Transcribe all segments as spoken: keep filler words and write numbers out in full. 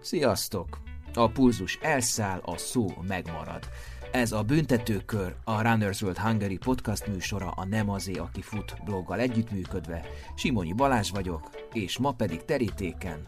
Sziasztok! A pulzus elszáll, a szó megmarad. Ez a Büntetőkör, a Runners World Hungary podcast műsora a Nem azé, aki fut bloggal együttműködve. Simonyi Balázs vagyok, és ma pedig terítéken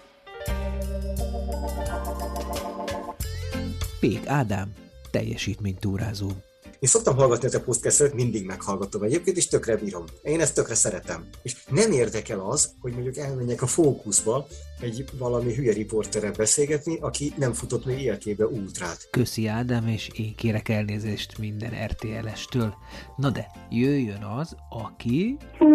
Pék Ádám, teljesítménytúrázó. Én szoktam hallgatni ezt a podcastot, mindig meghallgatom egyébként, és tökre bírom. Én ezt tökre szeretem. És nem érdekel az, hogy mondjuk elmenjek a Fókuszba egy valami hülye riporterrel beszélgetni, aki nem futott még életébe ultrát. Köszi Ádám, és én kérek elnézést minden er té el-estől. Na de, jöjjön az, aki...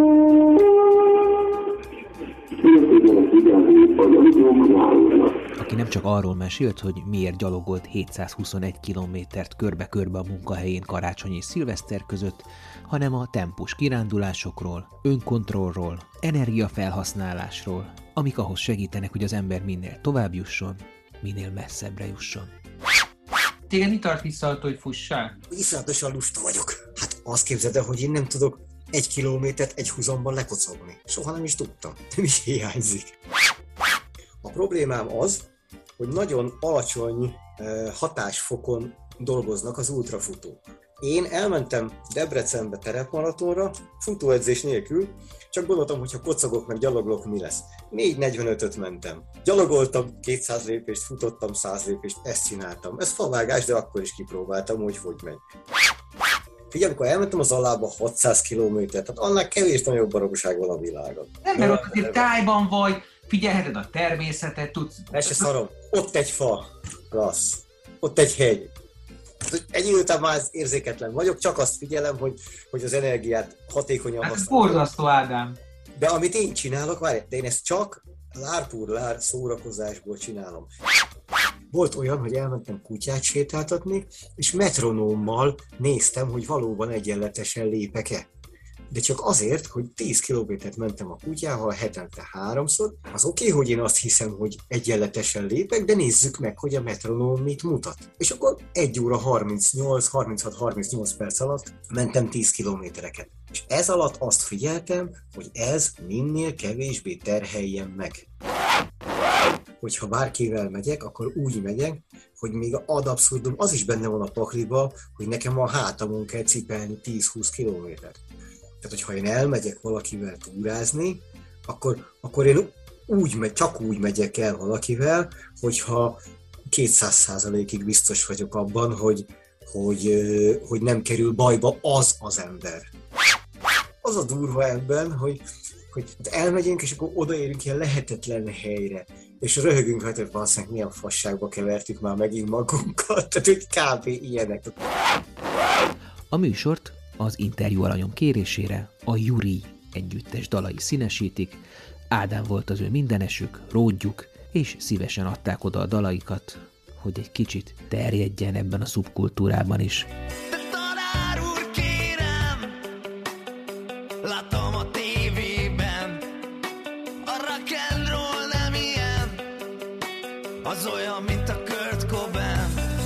aki nem csak arról mesélt, hogy miért gyalogolt hétszázhuszonegy kilométert körbe-körbe a munkahelyén karácsony és szilveszter között, hanem a tempós kirándulásokról, önkontrollról, energiafelhasználásról, amik ahhoz segítenek, hogy az ember minél tovább jusson, minél messzebbre jusson. Téged mi tart vissza attól, hogy fussál? Iszonyatosan lusta vagyok. Hát azt képzeld el, hogy én nem tudok egy kilométert egy húzamban lekocogni. Soha nem is tudtam. Nem is hiányzik. A problémám az, hogy nagyon alacsony hatásfokon dolgoznak az ultrafutók. Én elmentem Debrecenbe terepmaratonra, futóedzés nélkül, csak gondoltam, hogy ha kocogok meg gyaloglok, mi lesz. négy negyvenötöt mentem. Gyalogoltam, kétszáz lépést, futottam száz lépést, ezt csináltam. Ez favágás, de akkor is kipróbáltam, hogy hogy megy. Figyelj, amikor elmentem az Alába hatszáz kilométert, tehát annál kevés nagyobb baromság van a világon. Nem, mert ott azért tájban vagy, figyelheted a természetet, tudsz... El se szarom. Ott egy fa, klassz. Ott egy hegy. Egy idő után már érzéketlen vagyok, csak azt figyelem, hogy, hogy az energiát hatékonyan hát használom. Ez borzasztó, Ádám. De amit én csinálok, várj, de én ezt csak lárpúr-lár szórakozásból csinálom. Volt olyan, hogy elmentem kutyát sétáltatni, és metronómmal néztem, hogy valóban egyenletesen lépek-e. De csak azért, hogy tíz kilométert mentem a kutyával hetente háromszor, az oké, okay, hogy én azt hiszem, hogy egyenletesen lépek, de nézzük meg, hogy a metronóm mit mutat. És akkor egy óra harmincnyolc, harminchat harmincnyolc perc alatt mentem tíz kilométereket. És ez alatt azt figyeltem, hogy ez minél kevésbé terheljen meg. Hogyha bárkivel megyek, akkor úgy megyek, hogy még ad abszurdum az is benne van a pakliba, hogy nekem a hátamon kell cipelni tíz-húsz kilométert. Tehát, hogyha én elmegyek valakivel túrázni, akkor, akkor én úgy megy, csak úgy megyek el valakivel, hogyha kétszáz százalékig biztos vagyok abban, hogy, hogy, hogy nem kerül bajba az az ember. Az a durva ebben, hogy, hogy elmegyünk, és akkor odaérünk ilyen lehetetlen helyre, és röhögünk, hogy valószínűleg milyen fasságba kevertük már megint magunkat, tehát hogy kb. Ilyenek. A műsort az interjú alanyom kérésére a Yuri együttes dalai színesítik. Ádám volt az ő mindenesük, ródjuk, és szívesen adták oda a dalaikat, hogy egy kicsit terjedjen ebben a szubkultúrában is. De tanár úr, kérem, látom a tévében, a rock and roll nem ilyen, az olyan, mint a Kurt Cobain.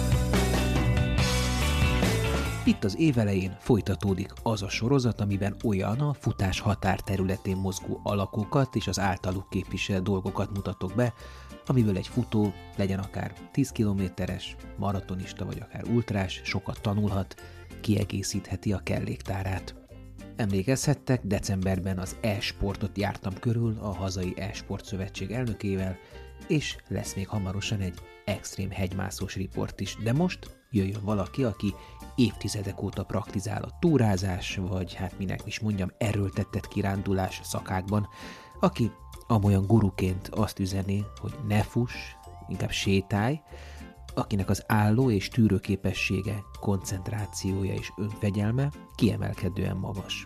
Itt az évelején folytatódik az a sorozat, amiben olyan a futás határterületén mozgó alakokat és az általuk képviselt dolgokat mutatok be, amiből egy futó, legyen akár tíz kilométeres, maratonista vagy akár ultrás, sokat tanulhat, kiegészítheti a kelléktárát. Emlékezhettek, decemberben az e-sportot jártam körül a hazai e-sport szövetség elnökével, és lesz még hamarosan egy extrém hegymászós riport is, de most jöjjön valaki, aki évtizedek óta praktizál a túrázás, vagy hát minek is mondjam, erőltetett kirándulás szakákban, aki amolyan guruként azt üzeni, hogy ne fuss, inkább sétálj, akinek az álló és tűrőképessége, koncentrációja és önfegyelme kiemelkedően magas.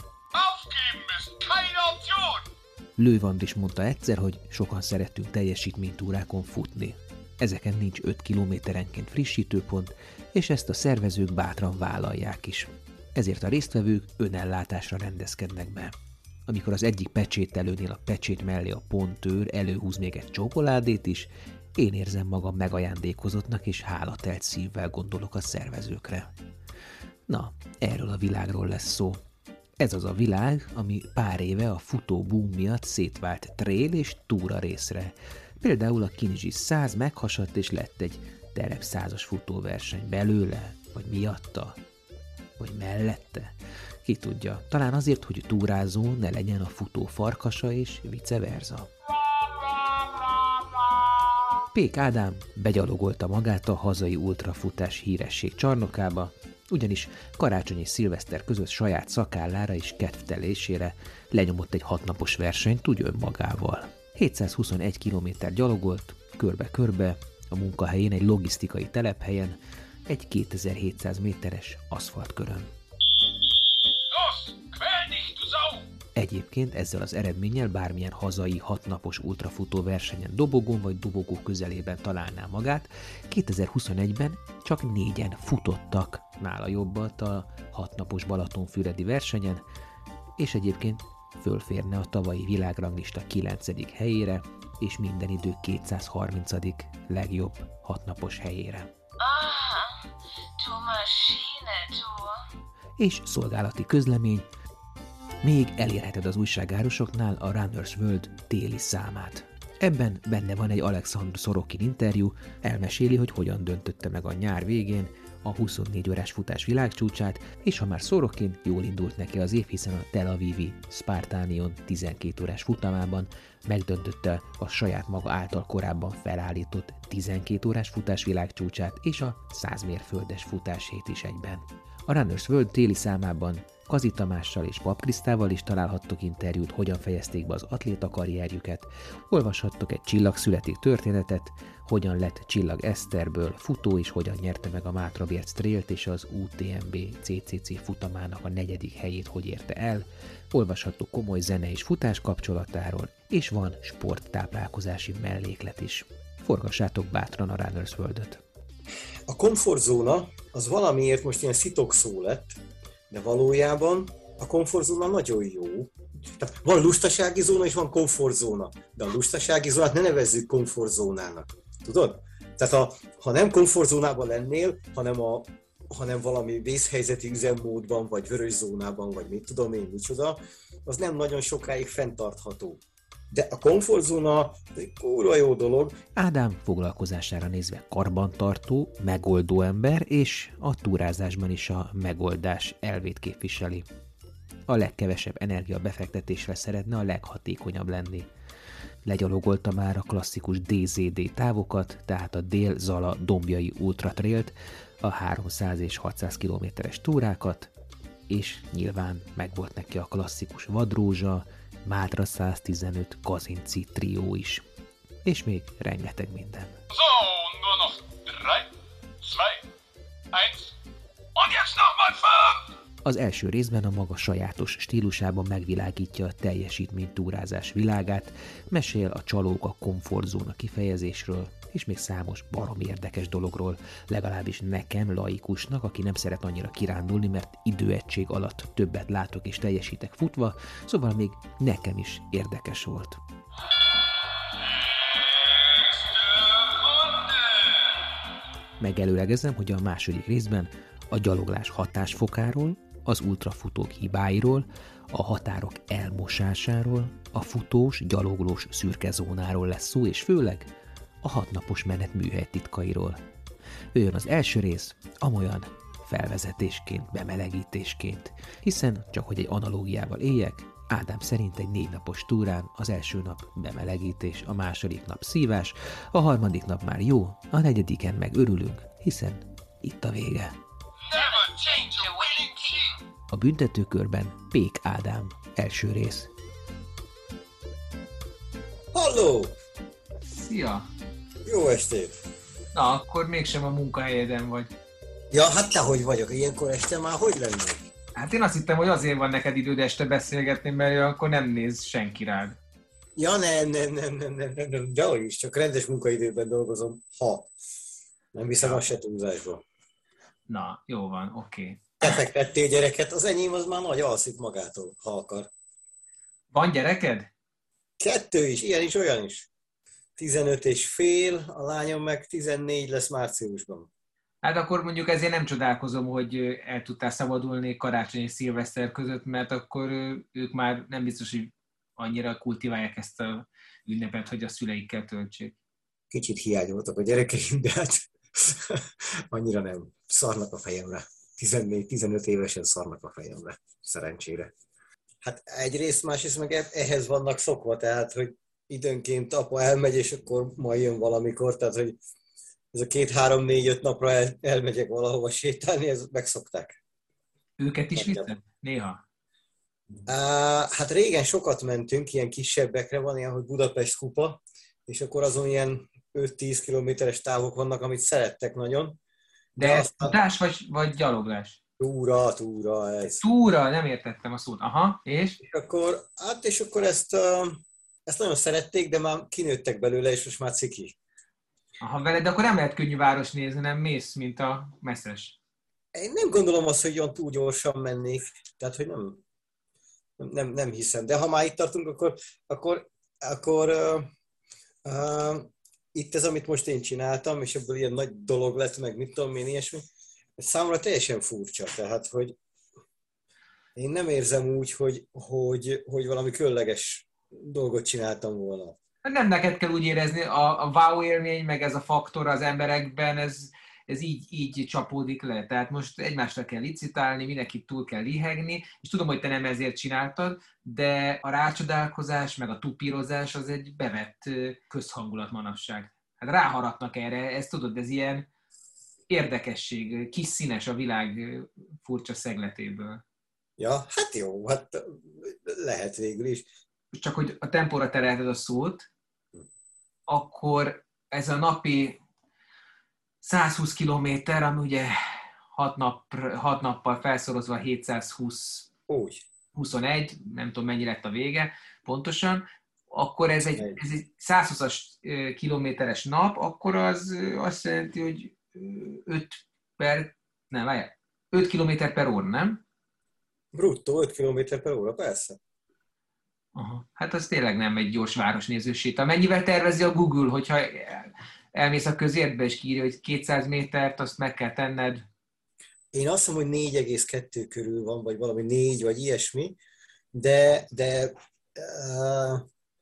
Lővand is mondta egyszer, hogy sokan szeretünk teljesítménytúrákon futni. Ezeken nincs öt kilométerenként frissítőpont, és ezt a szervezők bátran vállalják is. Ezért a résztvevők önellátásra rendezkednek be. Amikor az egyik pecsételőnél a pecsét mellé a pontőr előhúz még egy csokoládét is, én érzem magam megajándékozottnak, és hálatelt szívvel gondolok a szervezőkre. Na, erről a világról lesz szó. Ez az a világ, ami pár éve a futó boom miatt szétvált trail és túra részre. Például a Kinizsi száz meghasadt, és lett egy terep százas futóverseny belőle, vagy miatta, vagy mellette. Ki tudja, talán azért, hogy túrázó ne legyen a futó farkasa, és vice versa. Pék Ádám begyalogolta magát a hazai ultrafutás híresség csarnokába, ugyanis karácsony és szilveszter között saját szakállára és kedvtelésére lenyomott egy hatnapos versenyt úgy önmagával. hétszázhuszonegy kilométer gyalogolt, körbe-körbe, a munkahelyén egy logisztikai telephelyen, egy kétezer-hétszáz méteres aszfaltkörön. Egyébként ezzel az eredménnyel bármilyen hazai hatnapos ultrafutó versenyen dobogón vagy dobogó közelében találná magát, kétezer-huszonegyben csak négyen futottak nála jobbat a hatnapos balatonfüredi versenyen, és egyébként fölférne a tavalyi világranglista kilencedik helyére, és minden idő kétszázharmincadik legjobb hatnapos helyére. Aha, du Maschine, du. És szolgálati közlemény, még elérheted az újságárusoknál a Runner's World téli számát. Ebben benne van egy Alexandr Sorokin interjú, elmeséli, hogy hogyan döntötte meg a nyár végén a huszonnégy órás futás világcsúcsát, és ha már Sorokin, jól indult neki az év, hiszen a Tel Avivi Spartanion tizenkét órás futamában megdöntötte a saját maga által korábban felállított tizenkét órás futás világcsúcsát és a száz mérföldes futásét is egyben. A Runner's World téli számában Kazi Tamással és Pap Krisztával is találhattok interjút, hogyan fejezték be az atléta karrierjüket, olvashattok egy csillagszületik történetet, hogyan lett Csillag Eszterből futó, és hogyan nyerte meg a Mátra Bérc Trailt és az u té em bé cé cé cé futamának a negyedik helyét hogy érte el, olvashattok komoly zene és futás kapcsolatáról, és van sporttáplálkozási melléklet is. Forgassátok bátran a Runner's World-öt. A komfortzóna az valamiért most ilyen szitokszó lett, de valójában a komfortzóna nagyon jó. Tehát van lustasági zóna és van komfortzóna, de a lustasági zónát ne nevezzük komfortzónának. Tudod? Tehát a, ha nem komfortzónában lennél, hanem, a, hanem valami vészhelyzeti üzemmódban, vagy vörös zónában, vagy mit tudom én, micsoda, az nem nagyon sokáig fenntartható. De a komfortzóna egy kurva jó dolog. Ádám foglalkozására nézve karbantartó, megoldó ember, és a túrázásban is a megoldás elvét képviseli. A legkevesebb energia befektetésre szeretne a leghatékonyabb lenni. Legyalogolta már a klasszikus dé zé dé távokat, tehát a Dél-Zala-Dombjai Ultra Trailt, a háromszáz és hatszáz kilométeres túrákat, és nyilván megvolt neki a klasszikus Vadrózsa, Mátra száztizenöt Kazinci trió is. És még rengeteg minden. So, nur noch drei, zwei, eins, und jetzt nochmal fünf! Az első részben a maga sajátos stílusában megvilágítja a teljesítmény túrázás világát, mesél a csalók a komfortzóna kifejezésről, és még számos barom érdekes dologról, legalábbis nekem, laikusnak, aki nem szeret annyira kirándulni, mert időegység alatt többet látok és teljesítek futva, szóval még nekem is érdekes volt. Megelőlegezem, hogy a második részben a gyaloglás hatásfokáról, az ultrafutók hibáiról, a határok elmosásáról, a futós, gyaloglós szürke zónáról lesz szó, és főleg a hatnapos menet műhely titkairól. Jöjjön az első rész, amolyan felvezetésként, bemelegítésként, hiszen, csak hogy egy analógiával éljek, Ádám szerint egy négy napos túrán az első nap bemelegítés, a második nap szívás, a harmadik nap már jó, a negyediken meg örülünk, hiszen itt a vége. A büntetőkörben Pék Ádám, első rész. Halló! Szia! Jó estét! Na, akkor mégsem a munkahelyeden vagy. Ja, hát te hogy vagyok? Ilyenkor este már hogy lennék? Hát én azt hittem, hogy azért van neked időd este beszélgetni, mert akkor nem néz senki rád. Ja, nem, nem, nem, nem, nem, nem, nem, dehogy is, csak rendes munkaidőben dolgozom, ha. Nem viszem azt se túlzásba. Na, jó van, oké. Okay. Te fektettél gyereket, az enyém az már nagy alszik magától, ha akar. Van gyereked? Kettő is, ilyen is, olyan is. tizenöt és fél, a lányom meg tizennégy lesz márciusban. Hát akkor mondjuk ezért nem csodálkozom, hogy el tudtál szabadulni karácsony és szilveszter között, mert akkor ők már nem biztos, hogy annyira kultiválják ezt a ünnepet, hogy a szüleikkel töltsék. Kicsit hiányoltak a gyerekeim, de hát annyira nem. Szarnak a fejemre. tizennégy-tizenöt évesen szarnak a fejemre. Szerencsére. Hát egyrészt, másrészt meg ehhez vannak szokva, tehát, hogy időnként apa elmegy, és akkor majd jön valamikor, tehát, hogy ez a két-három-négy-öt napra el, elmegyek valahova sétálni, ezt megszokták. Őket is viszed? Néha? Á, hát régen sokat mentünk, ilyen kisebbekre van, ilyen, hogy Budapest kupa, és akkor azon ilyen öt-tíz kilométeres távok vannak, amit szerettek nagyon. De, de aztán... futás vagy, vagy gyaloglás? Túra, túra. Ez. Túra, nem értettem a szót. Aha, és? És akkor, hát és akkor ezt, uh, ezt nagyon szerették, de már kinőttek belőle, és most már ciki. Aha, veled, de akkor nem lehet könnyű város nézni, nem mész, mint a messzes. Én nem gondolom azt, hogy olyan túl gyorsan mennék, tehát, hogy nem, nem, nem hiszem. De ha már itt tartunk, akkor, akkor, akkor uh, uh, itt ez, amit most én csináltam, és ebből ilyen nagy dolog lett, meg mit tudom én, ilyesmi, ez számomra teljesen furcsa. Tehát, hogy én nem érzem úgy, hogy, hogy, hogy valami különleges dolgot csináltam volna. Nem neked kell úgy érezni, a, a wow élmény, meg ez a faktor az emberekben, ez, ez így, így csapódik le. Tehát most egymásra kell licitálni, mindenkit túl kell lihegni, és tudom, hogy te nem ezért csináltad, de a rácsodálkozás, meg a tupírozás az egy bevett közhangulat manapság. Hát ráharadnak erre, ezt tudod, ez ilyen érdekesség, kis színes a világ furcsa szegletéből. Ja, hát jó, hát lehet végül is. Csak hogy a tempóra terelted a szót, akkor ez a napi százhúsz kilométer, ami ugye hat, nap, hat nappal felszorozva hétszázhúsz, úgy. huszonegy, nem tudom mennyi lett a vége pontosan, akkor ez egy, ez egy százhúszas kilométeres nap, akkor az azt jelenti, hogy öt per, nem, várjál, öt kilométer per óra, nem? Bruttó öt kilométer per óra, persze. Aha. Hát az tényleg nem egy gyors városnéző séta. Mennyivel tervezi a Google, hogyha elmész a közértbe és kiírja, hogy kétszáz métert, azt meg kell tenned? Én azt mondom, hogy négy egész kettő körül van, vagy valami négy, vagy ilyesmi, de, de uh,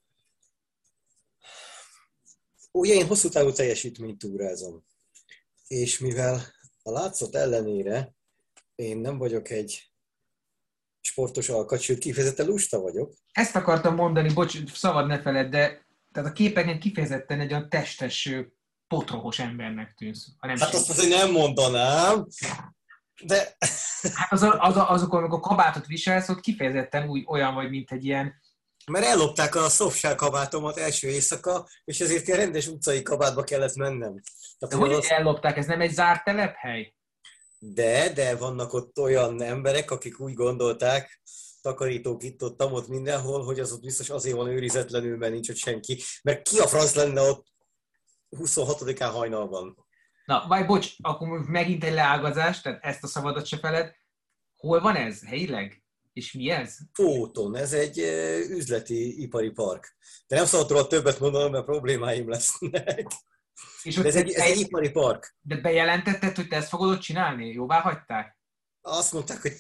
ugye én hosszú távú teljesítményt túrázom. És mivel a látszat ellenére én nem vagyok egy sportos alkat, sőt kifejezetten lusta vagyok. Ezt akartam mondani, bocs, szabad ne feled, de tehát a képeken kifejezetten egy olyan testes, potrohos embernek tűnsz. Nem hát azt azért nem mondanám, de... Hát az, az, azokon, amikor kabátot viselsz, ott kifejezetten úgy olyan vagy, mint egy ilyen... Mert ellopták a Softshell kabátomat első éjszaka, és ezért ilyen rendes utcai kabátba kellett mennem. Tehát, de hogy az... ellopták? Ez nem egy zárt telephely? De, de vannak ott olyan emberek, akik úgy gondolták, takarítók itt ott, ott mindenhol, hogy az ott biztos azért van őrizetlenül, mert nincs ott senki. Mert ki a franc lenne ott huszonhatodikán hajnalban? Na, vagy bocs, akkor megint egy leágazás, tehát ezt a szavadat se feled. Hol van ez helyileg? És mi ez? Fóton, ez egy üzleti ipari park. De nem szabad róla többet mondanom, mert problémáim lesznek. És de ez, egy, ez egy ipari park. De bejelentetted, hogy te ezt fogod ott csinálni? Jóvá hagyták? Azt mondták, hogy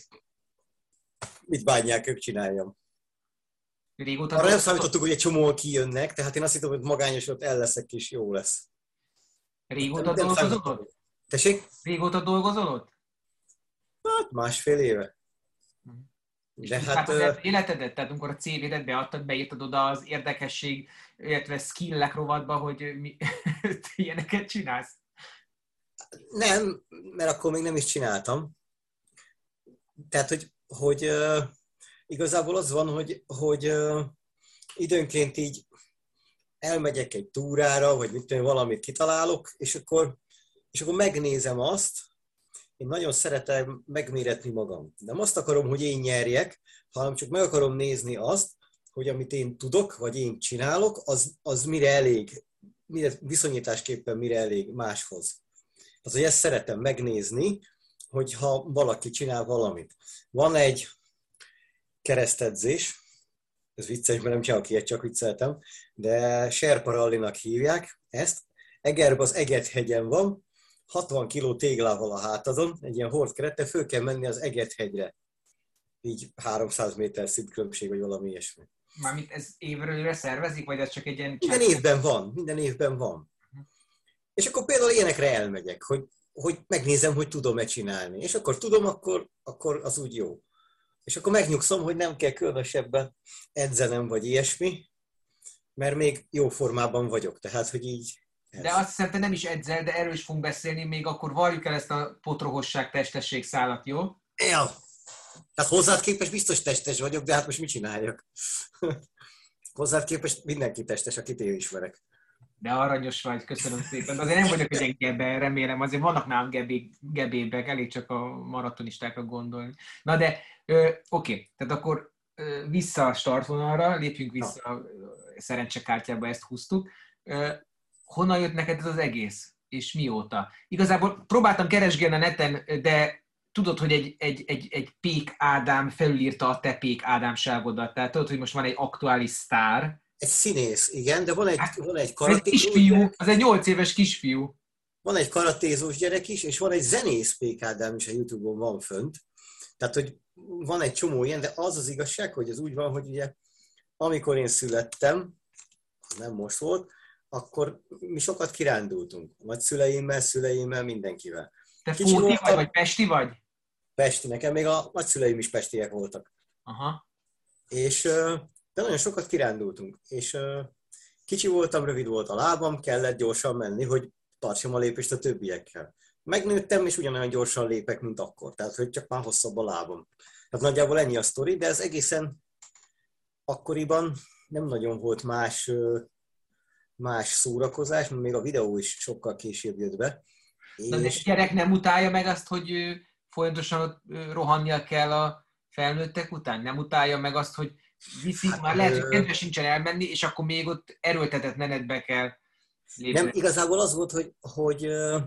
mit bánják, ők csináljam. Régóta arra nem számítottuk, hogy egy csomóan kijönnek, tehát én azt hittem, hogy magányos ott el leszek, és jó lesz. Régóta dolgozol ott? Tessék? Régóta dolgozol ott? Hát másfél éve. De hát... az életedet, tehát amikor a cé vé-det beadtad, beírtad oda az érdekesség, illetve skillek rovatba, hogy mi, ilyeneket csinálsz? Nem, mert akkor még nem is csináltam. Tehát, hogy, hogy uh, igazából az van, hogy, hogy uh, időnként így elmegyek egy túrára, vagy mit tudom, valamit kitalálok, és akkor, és akkor megnézem azt. Én nagyon szeretem megméretni magam. Nem azt akarom, hogy én nyerjek, hanem csak meg akarom nézni azt, hogy amit én tudok, vagy én csinálok, az, az mire elég, mire, viszonyításképpen mire elég máshoz. Tehát, hogy ezt szeretem megnézni, hogyha valaki csinál valamit. Van egy keresztedzés, ez vicces, mert nem csinálok ilyet, csak vicceltem, de Sherpa Rallynak hívják ezt. Egerben az Eget-hegyen van, hatvan kiló téglával a hátadon, egy ilyen hordkerette, föl kell menni az Eget-hegyre. Így háromszáz méter szintkülönbség, vagy valami ilyesmi. Mármint ez évről évre szervezik, vagy ez csak egy ilyen... Minden évben van, minden évben van. És akkor például ilyenekre elmegyek, hogy, hogy megnézem, hogy tudom-e csinálni. És akkor tudom, akkor, akkor az úgy jó. És akkor megnyugszom, hogy nem kell különösebben edzenem, vagy ilyesmi, mert még jó formában vagyok. Tehát, hogy így... Ez. De azt hiszem, te nem is edzel, de erről is fogunk beszélni, még akkor varjuk el ezt a potrohosság, testesség szálat, jó? Ja. Tehát hozzád képest biztos testes vagyok, de hát most mit csináljak? Hozzád képest mindenki testes, akit én ismerek. De aranyos vagy, köszönöm szépen. Azért nem vagyok egy gebe, remélem, azért vannak nálam gebé, gebébek, elég csak a maratonistákra gondolni. Na de, ö, oké, tehát akkor ö, vissza a startvonalra, lépjünk vissza a szerencsekártyába, ezt húztuk. Ö, honnan jött neked ez az egész? És mióta? Igazából próbáltam keresgélni a neten, de tudod, hogy egy, egy, egy, egy Pék Ádám felülírta a te Pék Ádámságodat. Tehát tudod, hogy most van egy aktuális sztár. Egy színész, igen, de van egy, Hát, van egy egy karatézós kisfiú, gyerek, az egy nyolc éves kisfiú. van egy karatézós gyerek is, és van egy zenész Pék Ádám is a YouTube-on van fönt. Tehát, hogy van egy csomó ilyen, de az az igazság, hogy az úgy van, hogy ugye, amikor én születtem, nem most volt, akkor mi sokat kirándultunk. Nagyszüleimmel, szüleimmel, mindenkivel. Te Kicsi Fóti voltam. vagy, vagy Pesti vagy? Pesti, nekem még a nagyszüleim is pestiek voltak. Aha. És de nagyon sokat kirándultunk. És kicsi voltam, rövid volt a lábam, kellett gyorsan menni, hogy tartsam a lépést a többiekkel. Megnőttem, és ugyanolyan gyorsan lépek, mint akkor. Tehát, hogy csak már hosszabb a lábam. Tehát nagyjából ennyi a sztori, de ez egészen akkoriban nem nagyon volt más, más szórakozás, mert még a videó is sokkal később jött be. Na de És... a gyerek nem utálja meg azt, hogy ö, folyamatosan ott ö, rohannia kell a felnőttek után? Nem utálja meg azt, hogy viszik, hát, már lehet, hogy kedve sincsen elmenni, és akkor még ott erőltetett menetbe kell lépni. Nem, igazából az volt, hogy, hogy,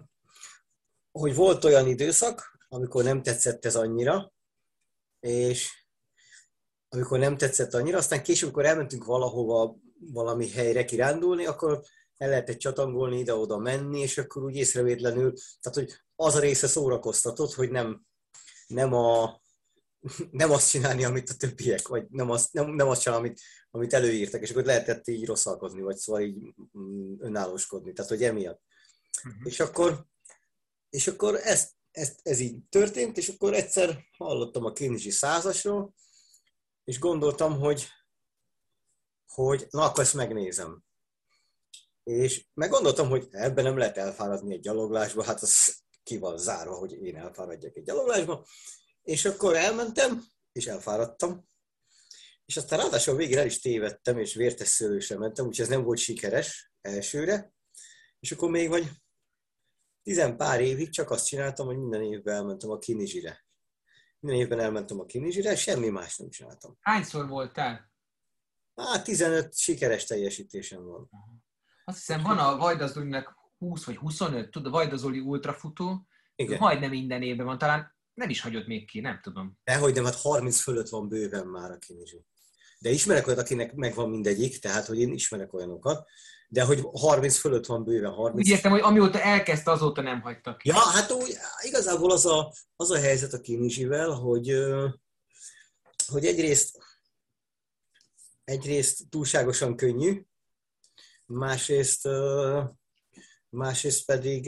hogy volt olyan időszak, amikor nem tetszett ez annyira, és amikor nem tetszett annyira, aztán később, amikor elmentünk valahova, valami helyre kirándulni, akkor el lehetett csatangolni, ide-oda menni, és akkor úgy észrevétlenül, tehát hogy az a része szórakoztatott, hogy nem, nem, a, nem azt csinálni, amit a többiek, vagy nem azt, nem, nem azt csinálni, amit, amit előírtak, és akkor lehetett így rosszalkodni, vagy szóval így önállóskodni, tehát hogy emiatt. Uh-huh. És akkor, és akkor ez, ez, ez így történt, és akkor egyszer hallottam a Kinizsi százasról, és gondoltam, hogy, hogy na, akkor ezt megnézem. És meggondoltam, hogy ebben nem lehet elfáradni egy gyaloglásba, hát az ki van zárva, hogy én elfáradjak egy gyaloglásba. És akkor elmentem, és elfáradtam. És aztán ráadásul a végén el is tévedtem, és vértes szőlősre mentem, úgyhogy ez nem volt sikeres elsőre. És akkor még vagy tizen pár évig csak azt csináltam, hogy minden évben elmentem a Kinizsire. Minden évben elmentem a Kinizsire, semmi más nem csináltam. Hányszor voltál? Hát tizenöt sikeres teljesítésem van. Azt hiszem, van a Vajda Zolinak húsz vagy huszonöt, tudod, a Vajda Zoli ultrafutó, Igen. majdnem minden évben van, talán nem is hagyott még ki, nem tudom. Dehogy nem, hát harminc fölött van bőven már a Kinizsi. De ismerek olyat, akinek megvan mindegyik, tehát hogy én ismerek olyanokat, de hogy harminc fölött van bőven. harminc... Úgy értem, hogy amióta elkezdte, azóta nem hagytak ki. Ja, hát úgy, igazából az a, az a helyzet a Kinizsivel, hogy, hogy egyrészt, egyrészt túlságosan könnyű, másrészt, másrészt pedig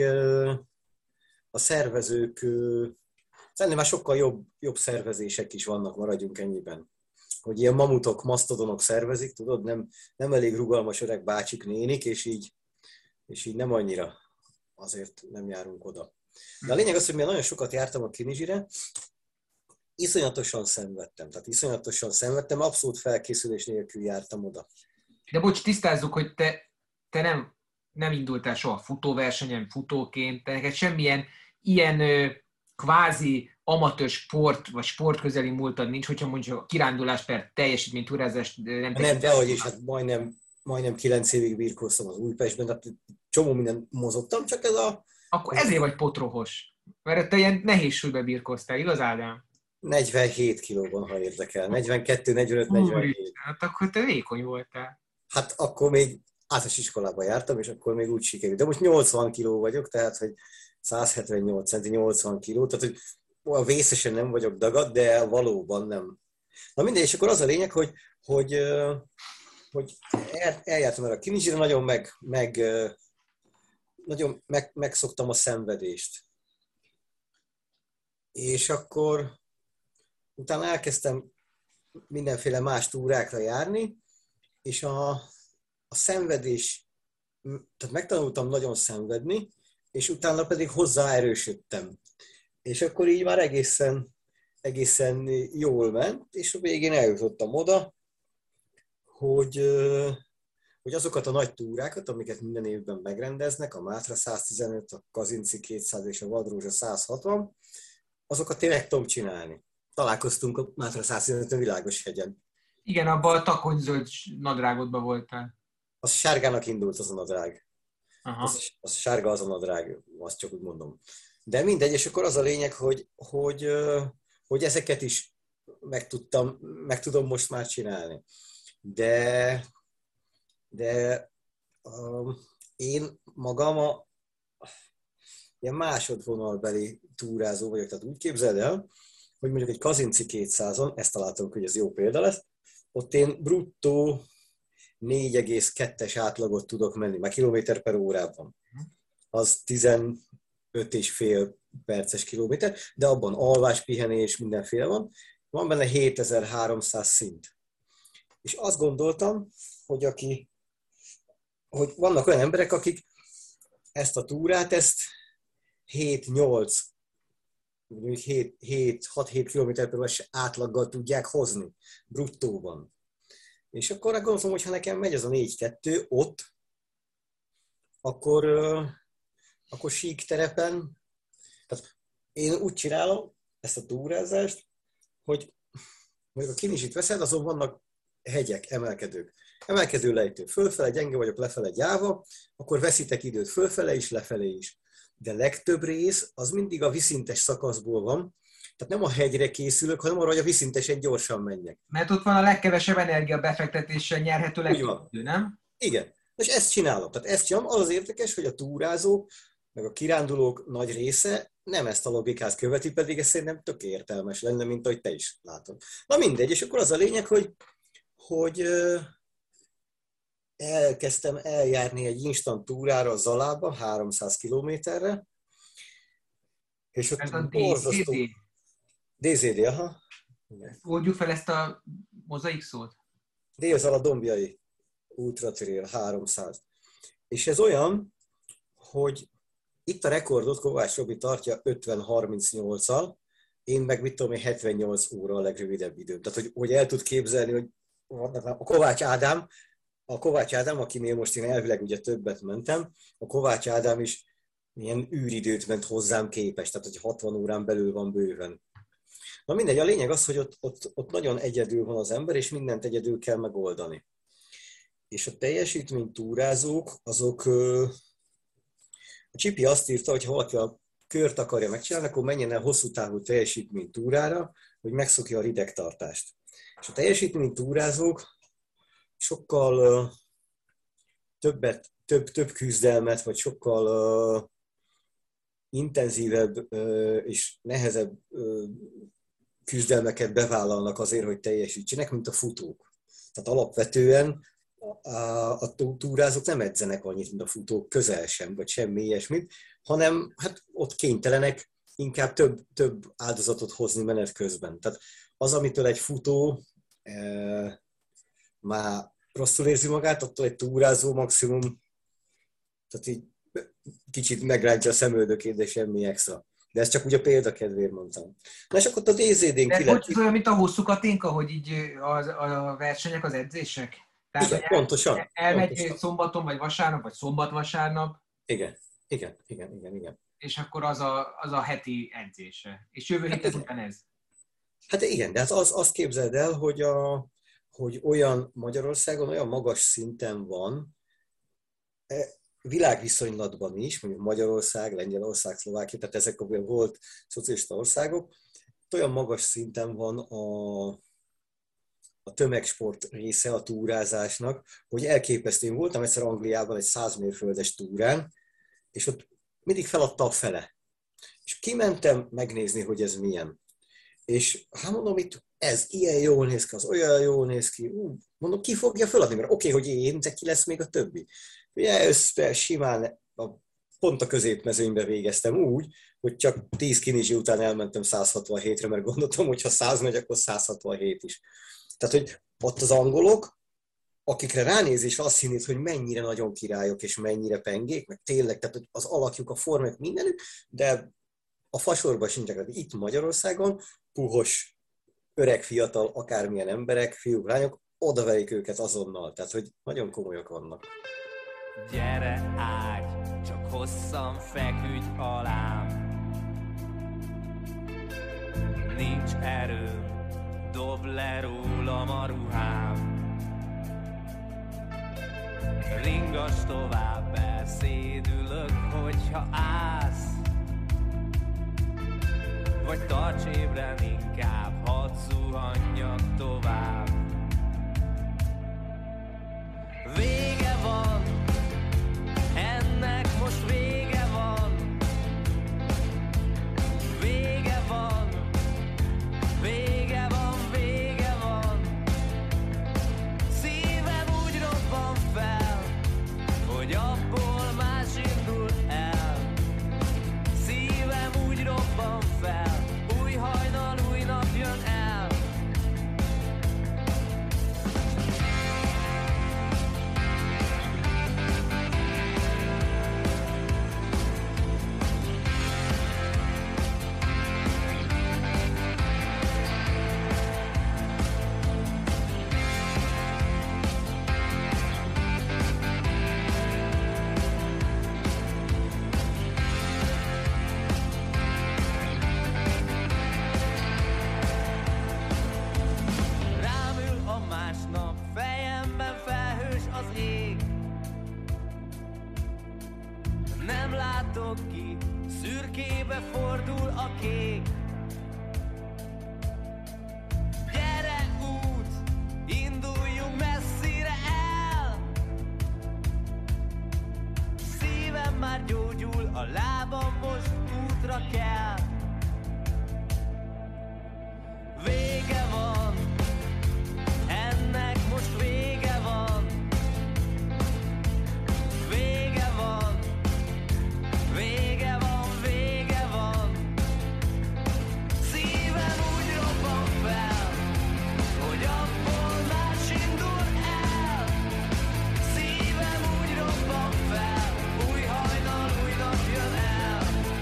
a szervezők, szerintem már sokkal jobb, jobb szervezések is vannak, maradjunk ennyiben. Hogy ilyen mamutok, masztodonok szervezik, tudod, nem, nem elég rugalmas öreg bácsik, nénik, és így, és így nem annyira azért nem járunk oda. De a lényeg az, hogy én nagyon sokat jártam a Kinizsire, iszonyatosan szenvedtem, tehát iszonyatosan szenvedtem, abszolút felkészülés nélkül jártam oda. De bocs, tisztázzuk, hogy te, te nem, nem indultál soha futóversenyen, futóként, te neked semmilyen ilyen ö, kvázi amatőr sport, vagy sportközeli múltad nincs, hogyha mondjuk a kirándulás per teljesítmény, túrázást nem... Nem, dehogy is, hát majdnem, majdnem kilenc évig birkóztam az Újpestben, tehát csomó minden mozogtam, csak ez a... Akkor ezért vagy potrohos, mert te ilyen nehéz súlybe birkóztál, igaz, Ádám? negyvenhét kilóban, ha érdekel. negyvenkettő, negyvenöt, negyvenhét. Hát akkor te vékony voltál. Hát akkor még általános iskolába jártam, és akkor még úgy sikerült. De most nyolcvan kiló vagyok, tehát hogy száz hetvennyolc centi, nyolcvan kiló, tehát hogy a vészesen nem vagyok dagad, de valóban nem. Na mindegy, és akkor az a lényeg, hogy, hogy, ö, hogy el, eljártam el a Kinizsire, nagyon, meg, meg, ö, nagyon meg, megszoktam a szenvedést. És akkor utána elkezdtem mindenféle más túrákra járni, és a, a szenvedés, tehát megtanultam nagyon szenvedni, és utána pedig hozzáerősödtem. És akkor így már egészen, egészen jól ment, és a végén eljutottam oda, hogy, hogy azokat a nagy túrákat, amiket minden évben megrendeznek, a Mátra száztizenöt, a Kazinci kétszáz és a Vadrózsa száz hatvan, azokat tényleg tudom csinálni. Találkoztunk a Mátra száztizenötön Világoshegyen. Igen, abban a takonyzöld nadrágodban voltál. Az sárgának indult az a nadrág. Aha. Az, az sárga az a nadrág, azt csak úgy mondom. De mindegy, és akkor az a lényeg, hogy, hogy, hogy ezeket is meg, tudtam, meg tudom most már csinálni. De, de um, én magam a ilyen másodvonalbeli túrázó vagyok, tehát úgy képzeld el, hogy mondjuk egy Kazinci kétszázon, ezt találtam, hogy ez jó példa lesz, ott én bruttó négy egész kettes átlagot tudok menni, már kilométer per órában. Az tizenöt és fél perces kilométer, de abban alvás, pihenés, mindenféle van. Van benne hétezer-háromszáz szint. És azt gondoltam, hogy, aki, hogy vannak olyan emberek, akik ezt a túrát, ezt hét-nyolc, hat-hét kilométer per órás átlaggal tudják hozni, bruttóban. És akkor gondolom, hogy ha nekem megy ez a négy kettő ott, akkor, akkor sík terepen, tehát én úgy csinálom ezt a túrázást, hogy mondjuk a Kinizsit veszed, azon vannak hegyek, emelkedők. Emelkedő lejtő, fölfele, gyenge vagyok, lefele gyáva, akkor veszitek időt fölfele is, lefelé is. De legtöbb rész az mindig a viszintes szakaszból van, tehát nem a hegyre készülök, hanem arra, hogy a viszintesen gyorsan menjek. Mert ott van a legkevesebb energia befektetéssel nyerhető legtöbb idő, nem? Igen. És ezt csinálom. Tehát ezt csinálom. Az az érdekes, hogy a túrázók, meg a kirándulók nagy része nem ezt a logikát követi, pedig ez szerintem tök értelmes lenne, mint ahogy te is látod. Na mindegy, és akkor az a lényeg, hogy, hogy elkezdtem eljárni egy instant túrára a Zalába, háromszáz kilométerre, és ott Ez a borzasztó... dé zé dé. dé zé dé, aha. Oldjuk fel ezt a mozaik szót. Dél-Zala Dombjai Ultra Trail háromszáz. És ez olyan, hogy itt a rekordot Kovács Robi tartja ötven harmincnyolccal, én meg mit tudom én, hetvennyolc óra a legrövidebb időm. Tehát, hogy, hogy el tud képzelni, hogy a Kovács Ádám, a Kovács Ádám, akinél most én elvileg ugye többet mentem, a Kovács Ádám is ilyen űridőt ment hozzám képest, tehát hogy hatvan órán belül van bőven. Na mindegy, a lényeg az, hogy ott, ott, ott nagyon egyedül van az ember, és mindent egyedül kell megoldani. És a teljesítménytúrázók, azok... A Csipi azt írta, hogy ha valaki a kört akarja megcsinálni, akkor menjen el hosszú távú teljesítménytúrára, hogy megszokja a ridegtartást. És a teljesítménytúrázók sokkal uh, többet, több, több küzdelmet, vagy sokkal uh, intenzívebb uh, és nehezebb uh, küzdelmeket bevállalnak azért, hogy teljesítsenek, mint a futók. Tehát alapvetően a, a túrázók nem edzenek annyit, mint a futók, közel sem, vagy semmi ilyesmit, hanem hát ott kénytelenek inkább több, több áldozatot hozni menet közben. Tehát az, amitől egy futó e, már rosszul érzi magát, attól egy túrázó maximum, tehát így kicsit megrántja a szemöldökét, de semmi extra. De ezt csak úgy a példakedvéért mondtam. Na és akkor ott a dé zé dén De kilett... hogy olyan, mint a hosszú katénka, hogy így az, a versenyek, az edzések? Tehát igen, el, pontosan. Elmegy pontosan. szombaton, vagy vasárnap, vagy szombat-vasárnap. Igen, igen, igen, igen, igen. És akkor az a, az a heti edzése. És jövő héten hát után ez. Hát igen, de hát az, azt képzeld el, hogy, a, hogy olyan Magyarországon olyan magas szinten van, világviszonylatban is, mondjuk Magyarország, Lengyelország, Szlovákia, tehát ezek a volt szocialista országok, olyan magas szinten van a, a tömegsport része a túrázásnak, hogy elképesztő. Én voltam egyszer Angliában egy száz mérföldes túrán, és ott mindig feladta a fele. És kimentem megnézni, hogy ez milyen. És hát mondom, itt ez ilyen jól néz ki, az olyan jól néz ki, ú, mondom, ki fogja feladni, mert oké, okay, hogy én, de ki lesz még a többi. Ugye össze simán a, pont a középmezőnybe végeztem úgy, hogy csak tíz kinizsi után elmentem száz hatvanhétre, mert gondoltam, hogy ha száz megy, akkor száz hatvanhét is. Tehát, hogy ott az angolok, akikre ránézés azt hinnéd, hogy mennyire nagyon királyok, és mennyire pengék, meg tényleg, tehát az alakjuk, a formák, mindenük, de a fasorban sincsenek. Itt Magyarországon puhos, öreg, fiatal, akármilyen emberek, fiúk, lányok, odaverik őket azonnal. Tehát, hogy nagyon komolyak vannak. Gyere ágy, csak hosszan feküdj alám. Nincs erőm, dob le rólam a ruhám. Ringass tovább, elszédülök, hogyha állsz. Vagy tarts ébren inkább, hadd zuhanjak tovább. Vége van, ennek most vége van. Vége van, vége van, vége van. Szívem úgy robban fel, hogy abból más indul el. Szívem úgy robban fel, új hajnal, új nap jön el. Ki, szürkébe fordul a kék. Gyere út, induljunk messzire el. Szívem már gyógyul, a lábam most útra kell. Vége van, ennek most vége van. Vége van, vége van, vége van. Szívem úgy robban fel, hogy abból más indul el. Szívem úgy robban fel, új hajnal, új nap jön el.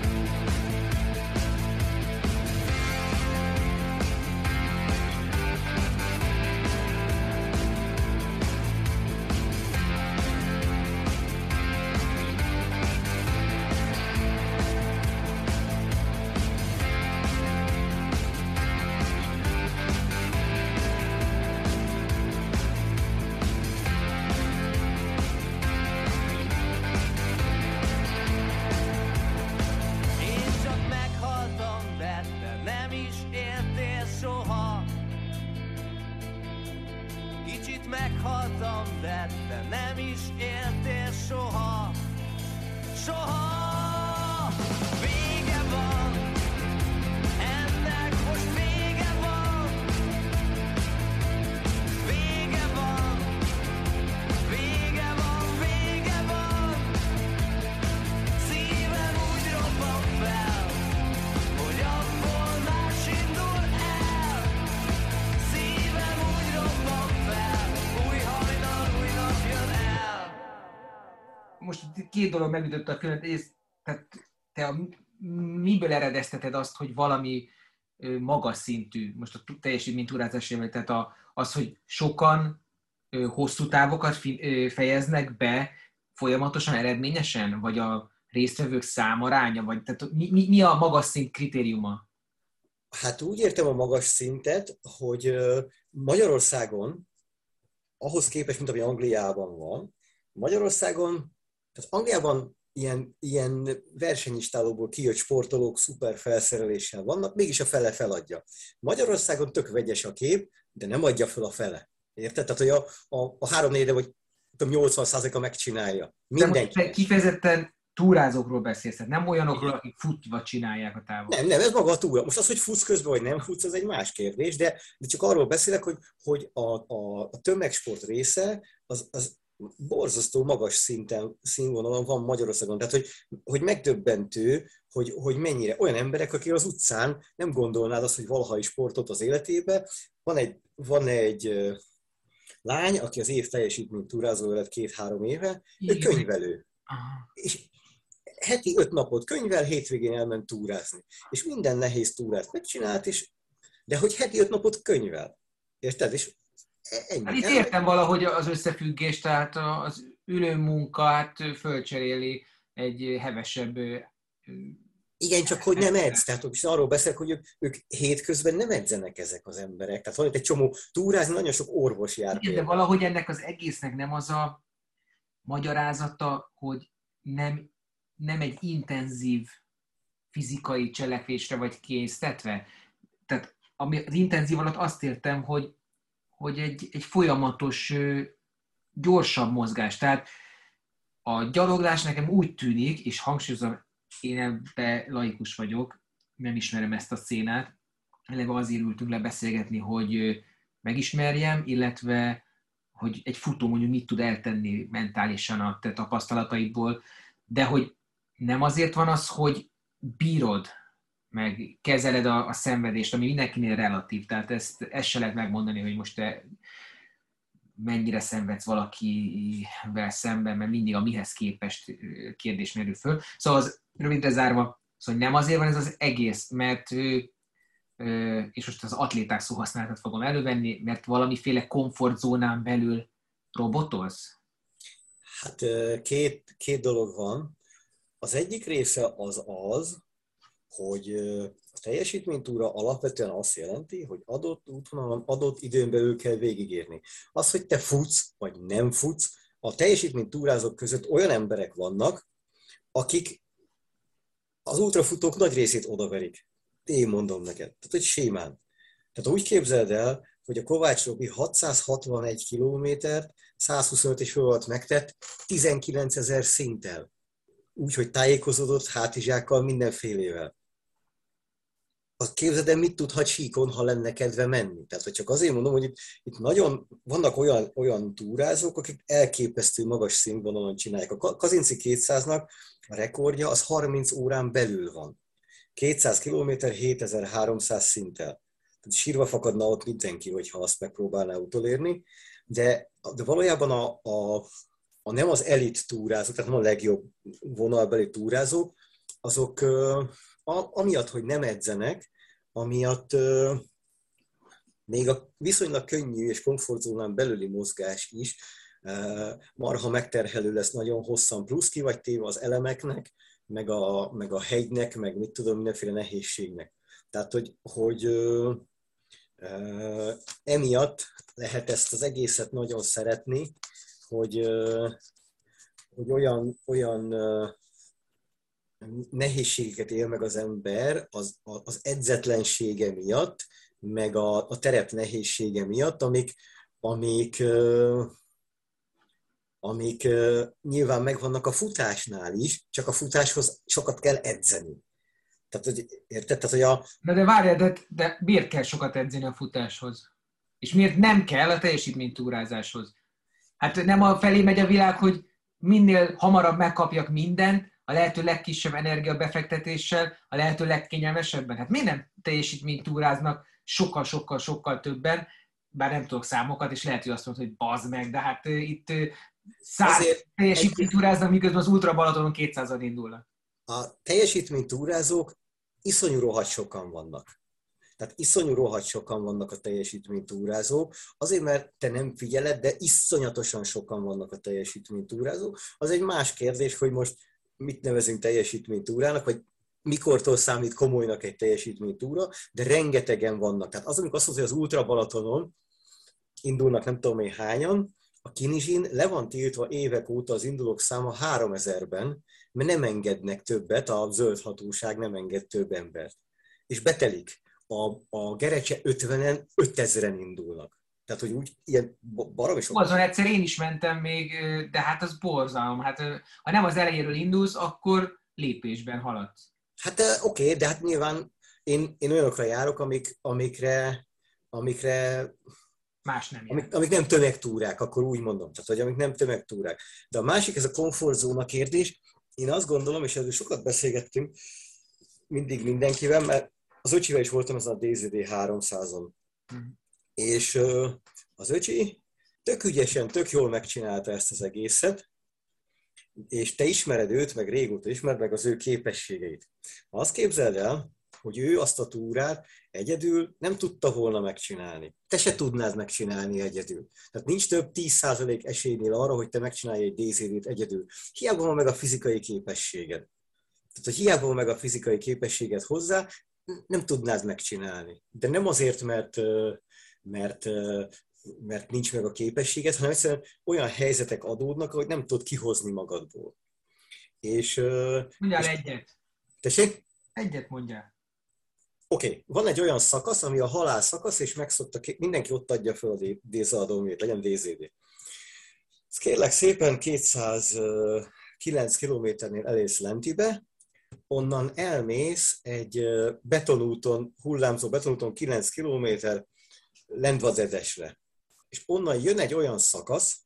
Meghaltam, de te nem is éltél soha. Soha. Vége van, ennek most vége van. Vége van, vége van, vége van. Szívem úgy robban fel, hogy abból más indul el. Szívem úgy robban fel, most két dolog megütött a külön, tehát te a, miből eredezteted azt, hogy valami magas szintű, most a teljesítménytúrázás, tehát a, az, hogy sokan hosszú távokat fejeznek be folyamatosan, eredményesen, vagy a résztvevők számaránya, vagy tehát mi, mi, mi a magas szint kritériuma? Hát úgy értem a magas szintet, hogy Magyarországon, ahhoz képest, mint ami Angliában van, Magyarországon, tehát Angliában ilyen, ilyen versenyistálóból kijött sportolók szuper felszereléssel vannak, mégis a fele feladja. Magyarországon tök vegyes a kép, de nem adja fel a fele. Érted? Tehát, hogy a, a, a három négyre vagy nyolcvan százaléka megcsinálja. Mindenki. Kifejezetten túrázókról beszélsz, tehát nem olyanokról, akik futva csinálják a távot. Nem, nem, ez maga a túra. Most az, hogy futsz közben, vagy nem futsz, az egy más kérdés, de, de csak arról beszélek, hogy, hogy a, a, a tömegsport része az, az borzasztó magas szinten, színvonalon van Magyarországon. Tehát, hogy, hogy megdöbbentő, hogy, hogy mennyire olyan emberek, akik az utcán nem gondolnád azt, hogy valaha is sportot az életébe. Van egy, van egy lány, aki az év teljesítmény túrázó lett két-három éve, ő könyvelő. Aha. És heti öt napot könyvel, hétvégén elment túrázni. És minden nehéz túrát megcsinált, és, de hogy heti öt napot könyvel. Érted? És ennyi. Hát itt értem valahogy az összefüggést, tehát az ülő munkát fölcseréli egy hevesebb... Igen, csak hogy nem edz. Tehát hogy arról beszélek, hogy ők, ők hétközben nem edzenek ezek az emberek. Tehát van itt egy csomó túrázni, nagyon sok orvos jár. Igen, de valahogy ennek az egésznek nem az a magyarázata, hogy nem, nem egy intenzív fizikai cselekvésre vagy késztetve. Tehát ami az intenzív alatt azt értem, hogy, hogy egy, egy folyamatos, gyorsabb mozgás. Tehát a gyaloglás nekem úgy tűnik, és hangsúlyozom, én ebben laikus vagyok, nem ismerem ezt a szénát, eleve azért ültünk le beszélgetni, hogy megismerjem, illetve hogy egy futó mondjuk mit tud eltenni mentálisan a te tapasztalataidból, de hogy nem azért van az, hogy bírod, meg kezeled a, a szenvedést, ami mindenkinél relatív, tehát ezt, ezt se lehet megmondani, hogy most te mennyire szenvedsz valakivel szemben, mert mindig a mihez képest kérdés merül föl. Szóval az rövidre zárva, szóval nem azért van ez az egész, mert és most az atléták szóhasználatot fogom elővenni, mert valamiféle komfortzónán belül robotolsz? Hát két, két dolog van. Az egyik része az az, hogy a teljesítménytúra alapvetően azt jelenti, hogy adott útvonalon, adott időn belül kell végigérni. Az, hogy te futsz, vagy nem futsz, a teljesítménytúrázók között olyan emberek vannak, akik az ultrafutók nagy részét odaverik. Én mondom neked. Tehát, hogy sémán. Tehát úgy képzeld el, hogy a Kovács Robi hatszázhatvanegy kilométert, százhuszonöt és föl alatt megtett, tizenkilencezer szinttel. Úgy, hogy tájékozódott hátizsákkal mindenfélével. Azt képzeld el, mit tudhat síkon, ha lenne kedve menni. Tehát, hogy csak azért mondom, hogy itt, itt nagyon vannak olyan, olyan túrázók, akik elképesztő magas színvonalon csinálják. A Kazinci kétszáznak a rekordja az harminc órán belül van. kétszáz kilométer, hétezer-háromszáz szinttel. Tehát sírva fakadna ott mindenki, hogyha azt megpróbálná utolérni. De, de valójában a, a, a nem az elit túrázók, tehát nem a legjobb vonalbeli túrázók, azok a, amiatt, hogy nem edzenek, amiatt uh, még a viszonylag könnyű és komfortzónán belüli mozgás is uh, marha megterhelő lesz nagyon hosszan, plusz ki vagy téve az elemeknek, meg a, meg a hegynek, meg mit tudom, mindenféle nehézségnek. Tehát, hogy, hogy uh, uh, emiatt lehet ezt az egészet nagyon szeretni, hogy, uh, hogy olyan, olyan uh, nehézségeket él meg az ember az, az edzetlensége miatt, meg a, a terep nehézsége miatt, amik, amik, amik nyilván megvannak a futásnál is, csak a futáshoz sokat kell edzeni. Tehát, hogy érted? Tehát, hogy a... De, de várjál, de, de miért kell sokat edzeni a futáshoz? És miért nem kell a teljesítménytúrázáshoz? Hát nem a felé megy a világ, hogy minél hamarabb megkapjak mindent, a lehető legkisebb energiabefektetéssel, a lehető legkényelmesebben. Hát miért nem teljesítménytúráznak sokkal-sokkal-sokkal többen, bár nem tudok számokat, és lehet, hogy azt mondod, hogy bazd meg, de hát uh, itt uh, száz teljesítménytúráznak, miközben az Ultra Balatonon kétszázan indulnak. A teljesítménytúrázók iszonyú rohadt sokan vannak. Tehát iszonyú rohadt sokan vannak a teljesítménytúrázók, azért, mert te nem figyeled, de iszonyatosan sokan vannak a teljesítménytúrázók. Az egy más kérdés, hogy most mit nevezünk teljesítménytúrának, vagy mikortól számít komolynak egy teljesítménytúra, de rengetegen vannak. Tehát az, amikor azt mondja, hogy az Ultra Balatonon indulnak nem tudom én hányan, a Kinizsin le van tiltva évek óta az indulók száma háromezerben, mert nem engednek többet, a zöld hatóság nem enged több embert. És betelik. A, a Gerecse ötvenen ötezren indulnak. Tehát, hogy úgy ilyen baromi sok... Azon egyszer én is mentem még, de hát az borzalom. Hát, ha nem az elejéről indulsz, akkor lépésben haladsz. Hát oké, okay, de hát nyilván én, én olyanokra járok, amik, amikre, amikre más nem amik, amik nem tömegtúrák, akkor úgy mondom, tehát, hogy amik nem tömegtúrák. De a másik, ez a komfortzóna kérdés, én azt gondolom, és erről sokat beszélgettünk mindig mindenkivel, mert az öcsivel is voltam ezen a dé zé dé háromszázon. Mm. És az öcsi tök ügyesen, tök jól megcsinálta ezt az egészet, és te ismered őt, meg régóta ismered meg az ő képességeit. Ha azt képzeld el, hogy ő azt a túrát egyedül nem tudta volna megcsinálni. Te se tudnád megcsinálni egyedül. Tehát nincs több tíz százalék esélynél arra, hogy te megcsinálj egy dé zé dét egyedül. Hiába van meg a fizikai képességed. Tehát, hogy hiába van meg a fizikai képességed hozzá, nem tudnád megcsinálni. De nem azért, mert, mert, mert nincs meg a képességed, hanem egyszerűen olyan helyzetek adódnak, hogy nem tudod kihozni magadból. És, mondjál és... egyet. Tessék? Egyet mondjál. Oké, okay. Van egy olyan szakasz, ami a halál szakasz, és megszokta, mindenki ott adja fel a D-zádomét, legyen dé zé dé. Ezt kérlek szépen kétszázkilenc kilométernél elérsz lentibe, onnan elmész egy betonúton, hullámzó betonúton kilenc kilométer Lendvazedesre. És onnan jön egy olyan szakasz,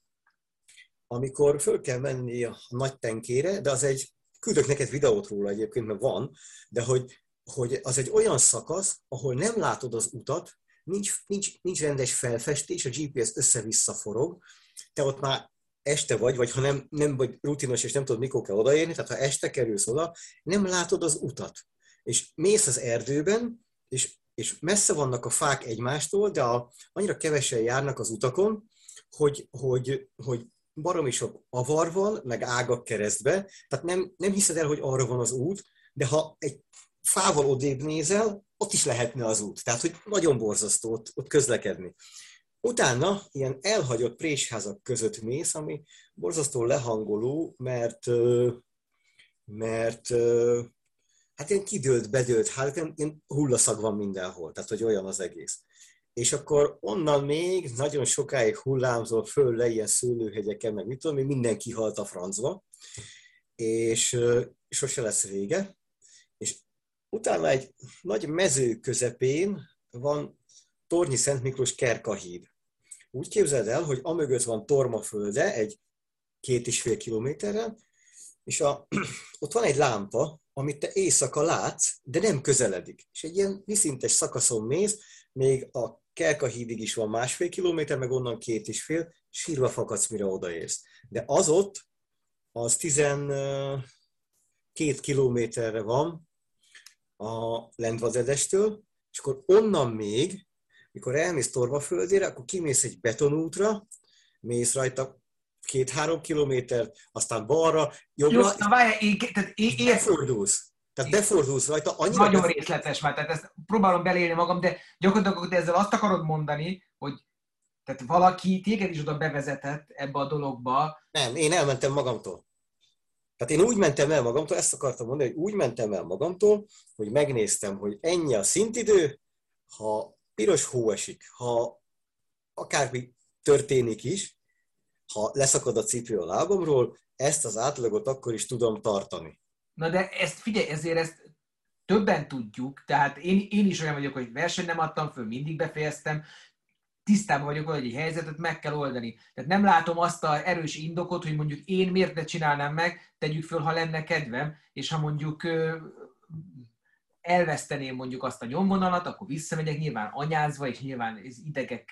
amikor föl kell menni a nagy tenkére, de az egy, küldök neked videót róla egyébként, mert van, de hogy hogy az egy olyan szakasz, ahol nem látod az utat, nincs, nincs, nincs rendes felfestés, a gé pé es össze-vissza forog, te ott már este vagy, vagy ha nem, nem vagy rutinos, és nem tudod, mikor kell odaérni, tehát ha este kerülsz oda, nem látod az utat. És mész az erdőben, és, és messze vannak a fák egymástól, de a, annyira kevesen járnak az utakon, hogy, hogy, hogy baromi sok avar van, meg ágak keresztbe, tehát nem, nem hiszed el, hogy arra van az út, de ha egy fával odébb nézel, ott is lehetne az út. Tehát, hogy nagyon borzasztó ott, ott közlekedni. Utána ilyen elhagyott présházak között mész, ami borzasztó lehangoló, mert, mert hát ilyen kidőlt, bedőlt, hát ilyen, ilyen hullaszag van mindenhol, tehát, hogy olyan az egész. És akkor onnan még nagyon sokáig hullámzol föl le ilyen szőlőhegyeken, meg mit tudom, még mindenki halt a francba, és sose lesz vége. És utána egy nagy mező közepén van Tornyi Szent Miklós Kerkahíd. Úgy képzeld el, hogy amögött van Tormafölde, egy két és fél kilométerrel, és a, ott van egy lámpa, amit te éjszaka látsz, de nem közeledik. És egy ilyen viszintes szakaszon mész, még a Kerkahídig is van másfél kilométer, meg onnan két és fél, sírva fakadsz, mire odaérsz. De az ott, az tizenkét kilométerre van a Lendvazedestől, és akkor onnan még, mikor elmész Tormaföldére, akkor kimész egy betonútra, mész rajta két-három kilométert, aztán balra, jobbra, Jó, na várjál, én, tehát én, én, befordulsz. Tehát befordulsz rajta. Annyira nagyon befordulsz. részletes már, tehát ezt próbálom belélni magam, de gyakorlatilag ezzel azt akarod mondani, hogy tehát valaki téged is oda bevezetett ebbe a dologba. Nem, én elmentem magamtól. Tehát én úgy mentem el magamtól, ezt akartam mondani, hogy úgy mentem el magamtól, hogy megnéztem, hogy ennyi a szintidő, ha piros hó esik, ha akármi történik is, ha leszakad a cipő a lábamról, ezt az átlagot akkor is tudom tartani. Na de ezt figyelj, ezért ezt többen tudjuk, tehát én, én is olyan vagyok, hogy versenyt nem adtam föl, mindig befejeztem, tisztában vagyok, hogy egy helyzetet meg kell oldani. Tehát nem látom azt az erős indokot, hogy mondjuk én miért ne csinálnám meg, tegyük föl, ha lenne kedvem, és ha mondjuk elveszteném mondjuk azt a nyomvonalat, akkor visszamegyek nyilván anyázva, és nyilván az idegek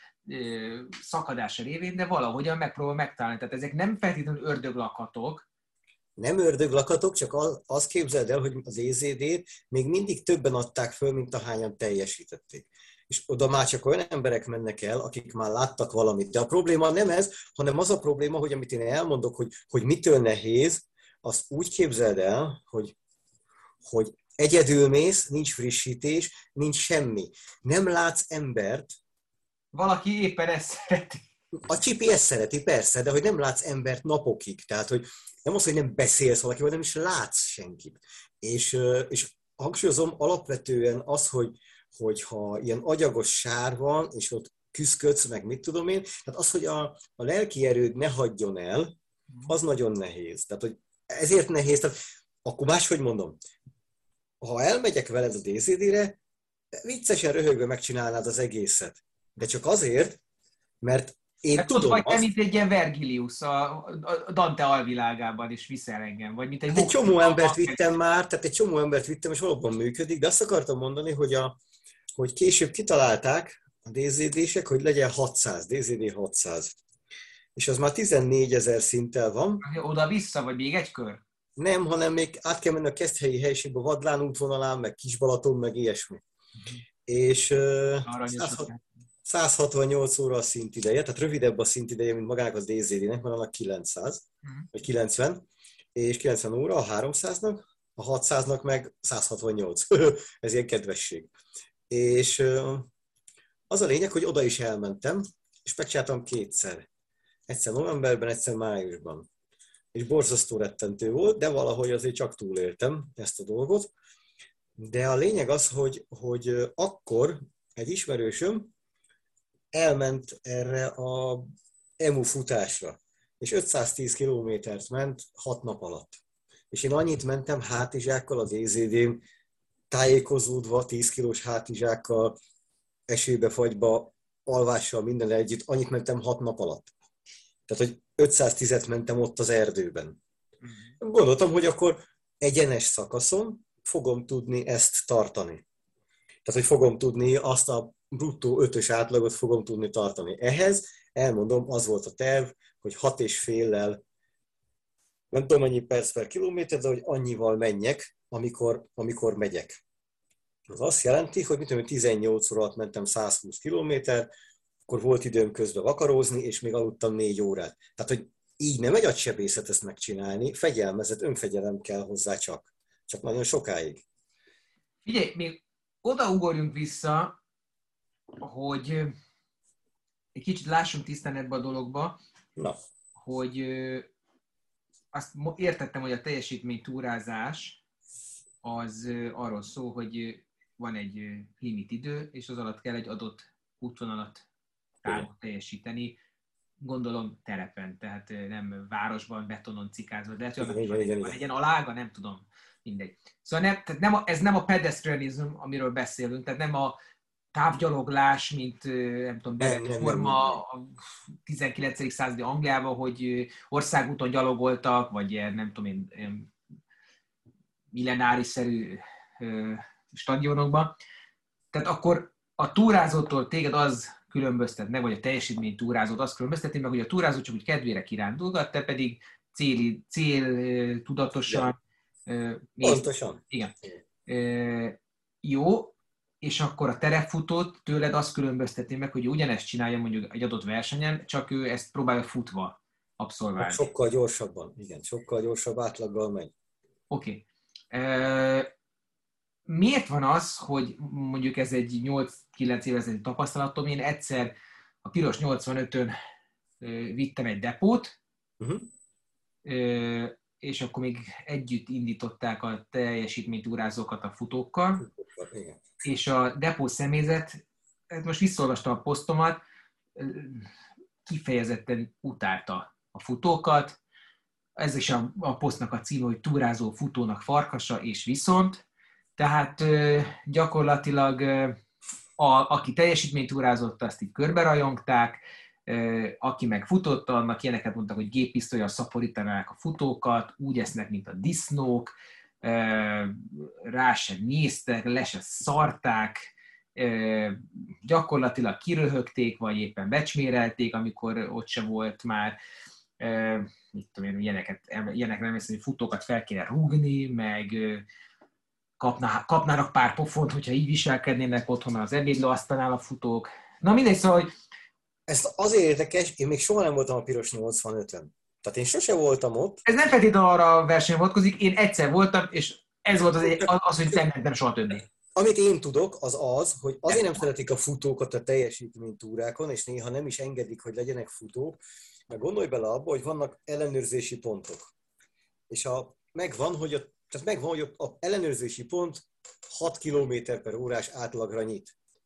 szakadása révén, de valahogyan megpróbál megtalálni. Tehát ezek nem feltétlenül ördöglakatok. Nem ördöglakatok, csak azt képzeld el, hogy az é zé dét még mindig többen adták föl, mint ahányan teljesítették. És oda már csak olyan emberek mennek el, akik már láttak valamit. De a probléma nem ez, hanem az a probléma, hogy amit én elmondok, hogy, hogy mitől nehéz, azt úgy képzeld el, hogy, hogy egyedül mész, nincs frissítés, nincs semmi. Nem látsz embert. Valaki éppen ezt szereti. A gé pé es szereti, persze, de hogy nem látsz embert napokig. Tehát, hogy nem az, hogy nem beszélsz valakivel, nem is látsz senkit. És, és hangsúlyozom alapvetően az, hogy hogyha ilyen agyagos sár van, és ott küzdködsz, meg mit tudom én. Tehát az, hogy a, a lelki erőd ne hagyjon el, az nagyon nehéz. Tehát, hogy ezért nehéz, tehát akkor máshogy mondom, ha elmegyek veled a dé zé dé-re, viccesen röhögve megcsinálnád az egészet. De csak azért, mert én hát tudom ott vagy azt... te, mint egy ilyen Vergilius a, a Dante alvilágában, és viszel engem, vagy mint egy... Hát egy csomó embert vittem már, tehát egy csomó embert vittem, és valóban működik, de azt akartam mondani, hogy, a, hogy később kitalálták a dé zé dé-sek, hogy legyen hatszáz, dé zé dé hatszáz. És az már tizennégyezer szinttel van. Oda-vissza, vagy még egy kör? Nem, hanem még át kell menni a Keszthelyi helységbe, Vadlán útvonalán, meg Kisbalaton, meg ilyesmi. Uh-huh. És uh, száz hatvannyolc óra a szintideje, tehát rövidebb a szintideje, mint magának az dé zé dé-nek, mert annak kilencszáz, uh-huh. vagy kilencven, és kilencven óra a háromszáznak, a hatszáznak meg száz hatvannyolc. Ez ilyen kedvesség. És uh, az a lényeg, hogy oda is elmentem, és megcsináltam kétszer. Egyszer novemberben, egyszer májusban. És borzasztó rettentő volt, de valahogy azért csak túléltem ezt a dolgot. De a lényeg az, hogy, hogy akkor egy ismerősöm elment erre a emu futásra, és ötszáztíz kilométert ment hat nap alatt. És én annyit mentem hátizsákkal a dé zé dén, tájékozódva, tíz kilós hátizsákkal, esőbe, fagyba, alvással, minden együtt, annyit mentem hat nap alatt. Tehát, hogy ötszáztízet mentem ott az erdőben. Gondoltam, hogy akkor egyenes szakaszon fogom tudni ezt tartani. Tehát, hogy fogom tudni azt a bruttó ötös átlagot fogom tudni tartani. Ehhez, elmondom, az volt a terv, hogy hat és féllel, nem tudom mennyi perc per kilométer, de hogy annyival menjek, amikor, amikor megyek. Az azt jelenti, hogy mit tudom, tizennyolc óra alatt mentem száz húsz kilométer, akkor volt időm közben vakarózni, és még aludtam négy órát. Tehát, hogy így nem egy agysebészet ezt megcsinálni, fegyelmezett, önfegyelem kell hozzá csak. Csak nagyon sokáig. Figyelj, még odaugorjunk vissza, hogy egy kicsit lássunk tisztán ebbe a dologba, Na. hogy azt értettem, hogy a teljesítménytúrázás az arról szól, hogy van egy limit idő, és az alatt kell egy adott útvonalat teljesíteni, gondolom terepen, tehát nem városban, betonon cikázva, de van egy ilyen alága, nem tudom, mindegy. Szóval nem, tehát nem a, ez nem a pedestrianism, amiről beszélünk, tehát nem a távgyaloglás, mint nem tudom, bevett forma a tizenkilencedik századi Angliában, hogy országúton gyalogoltak, vagy ilyen, nem tudom én, ilyen millenáris-szerű stadionokban. Tehát akkor a túrázótól téged az különböztet meg, vagy a teljesítmény túrázót azt különbözteti meg, hogy a túrázó csak úgy kedvére kirándulgat, te pedig céli, cél tudatosan. Ja. Pontosan. Igen. E, jó, és akkor a terepfutót tőled azt különbözteti meg, hogy ugyanezt csinálja mondjuk egy adott versenyen, csak ő ezt próbálja futva abszolválni. Sokkal gyorsabban, igen, sokkal gyorsabb átlaggal megy. Oké. Okay. E, miért van az, hogy mondjuk ez egy nyolc-kilenc éves tapasztalatom, én egyszer a piros nyolcvanötön vittem egy depót, uh-huh. és akkor még együtt indították a teljesítménytúrázókat a futókkal, igen. És a depó személyzet, most visszaolvastam a posztomat, kifejezetten utálta a futókat, ez is a, a posztnak a címe, hogy túrázó futónak farkasa és viszont. Tehát gyakorlatilag a, aki teljesítménytúrázott, azt így körberajongták, aki meg futott, annak ilyeneket mondtak, hogy géppisztollyal szaporítanák a futókat, úgy esznek, mint a disznók, rá sem néztek, le se szarták, gyakorlatilag kiröhögték, vagy éppen becsmérelték, amikor ott se volt már, mit tudom én, ilyeneket, ilyenek nem hiszem, hogy futókat fel kéne rúgni, meg kapná, kapnának pár pofont, hogyha így viselkednének otthon az ebédlőasztalnál a futók. Na mindegy, szóval, hogy... Ez azért érdekes, én még soha nem voltam a piros nyolcvanötön. Tehát én sose voltam ott. Ez nem feltétlenül arra a versenyre vonatkozik, én egyszer voltam, és ez volt az, az hogy nem mentem soha többé. Amit én tudok, az az, hogy azért nem szeretik a futókat a teljesítménytúrákon, és néha nem is engedik, hogy legyenek futók, mert gondolj bele abba, hogy vannak ellenőrzési pontok. És a, megvan, hogy a, tehát megvan, hogy az ellenőrzési pont hat kilométer per órás átlagra nyit.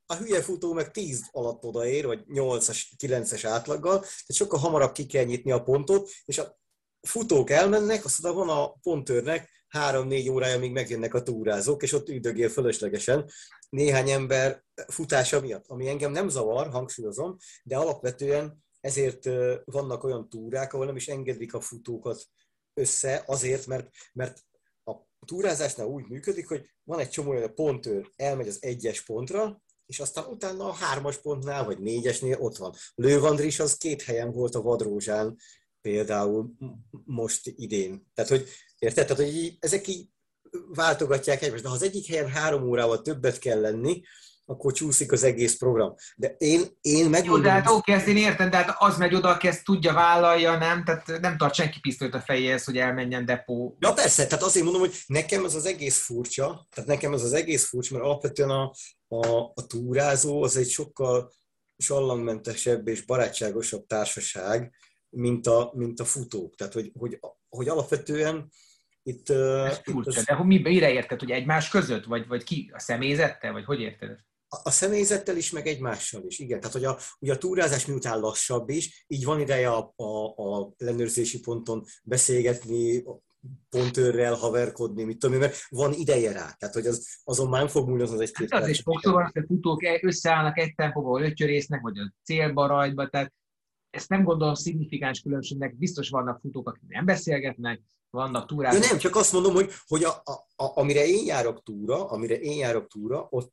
a hülye futó meg tíz alatt odaér, vagy nyolcas, kilences átlaggal, tehát sokkal hamarabb ki kell nyitni a pontot, és a futók elmennek, aztán van a pontőrnek három-négy órája, míg megjönnek a túrázók, és ott üldögél fölöslegesen néhány ember futása miatt, ami engem nem zavar, hangsúlyozom, de alapvetően ezért vannak olyan túrák, ahol nem is engedik a futókat össze, azért, mert, mert a túrázásnál úgy működik, hogy van egy csomó olyan, a pontőr elmegy az egyes pontra, és aztán utána a hármas pontnál, vagy négyesnél ott van. Lőv Andris az két helyen volt a Vadrózsán, például most idén. Tehát, hogy érted? Tehát, hogy így, ezek így váltogatják egymást, de ha az egyik helyen három órával többet kell lenni, akkor csúszik az egész program. De én, én megmondom... Jó, de hát oké, ezt én értem, de hát az megy oda, aki ezt tudja, vállalja, nem? Tehát nem tart senki pisztolyt a fejéhez, hogy elmenjen depó. Ja persze, tehát azért mondom, hogy nekem ez az egész furcsa, tehát nekem ez az egész furcsa, mert alapvetően a, a, a túrázó az egy sokkal sallangmentesebb és barátságosabb társaság, mint a, mint a futók. Tehát, hogy, hogy, hogy alapvetően itt... Ez itt furcsa, az... de mire érted, hogy egymás között? Vagy, vagy ki? A személyzettel? Vagy hogy érted? A személyzettel is, meg egymással is, igen. Tehát, hogy a, ugye a túrázás miután lassabb is, így van ideje a, a, a ellenőrzési ponton beszélgetni, pontőrrel haverkodni, mit tudom én, mert van ideje rá. Tehát, hogy az, azon már nem fog múlni az az egy-két hát az is sokszor van, hogy a futók összeállnak egy tempóba, ötcsörésznek, vagy a célba rajtba, tehát ezt nem gondolom szignifikáns különbségnek, biztos vannak futók, akik nem beszélgetnek, vannak túrázók. Ja nem, csak azt mondom, hogy, hogy a, a, a, amire én járok túra, amire én járok túra, ott,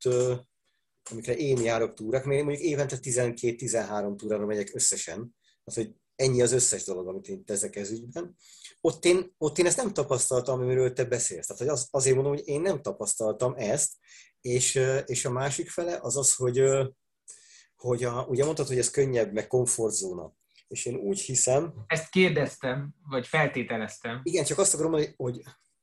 amikre én járok túrák, mert én mondjuk évente tizenkét-tizenhárom túrára megyek összesen, az, hogy ennyi az összes dolog, amit én teszek ez ügyben. Ott én, ott én ezt nem tapasztaltam, amiről te beszélsz. Tehát hogy az, azért mondom, hogy én nem tapasztaltam ezt, és, és a másik fele az az, hogy, hogy a, ugye mondtad, hogy ez könnyebb, meg komfortzóna. És én úgy hiszem... Ezt kérdeztem, vagy feltételeztem. Igen, csak azt akarom mondani, hogy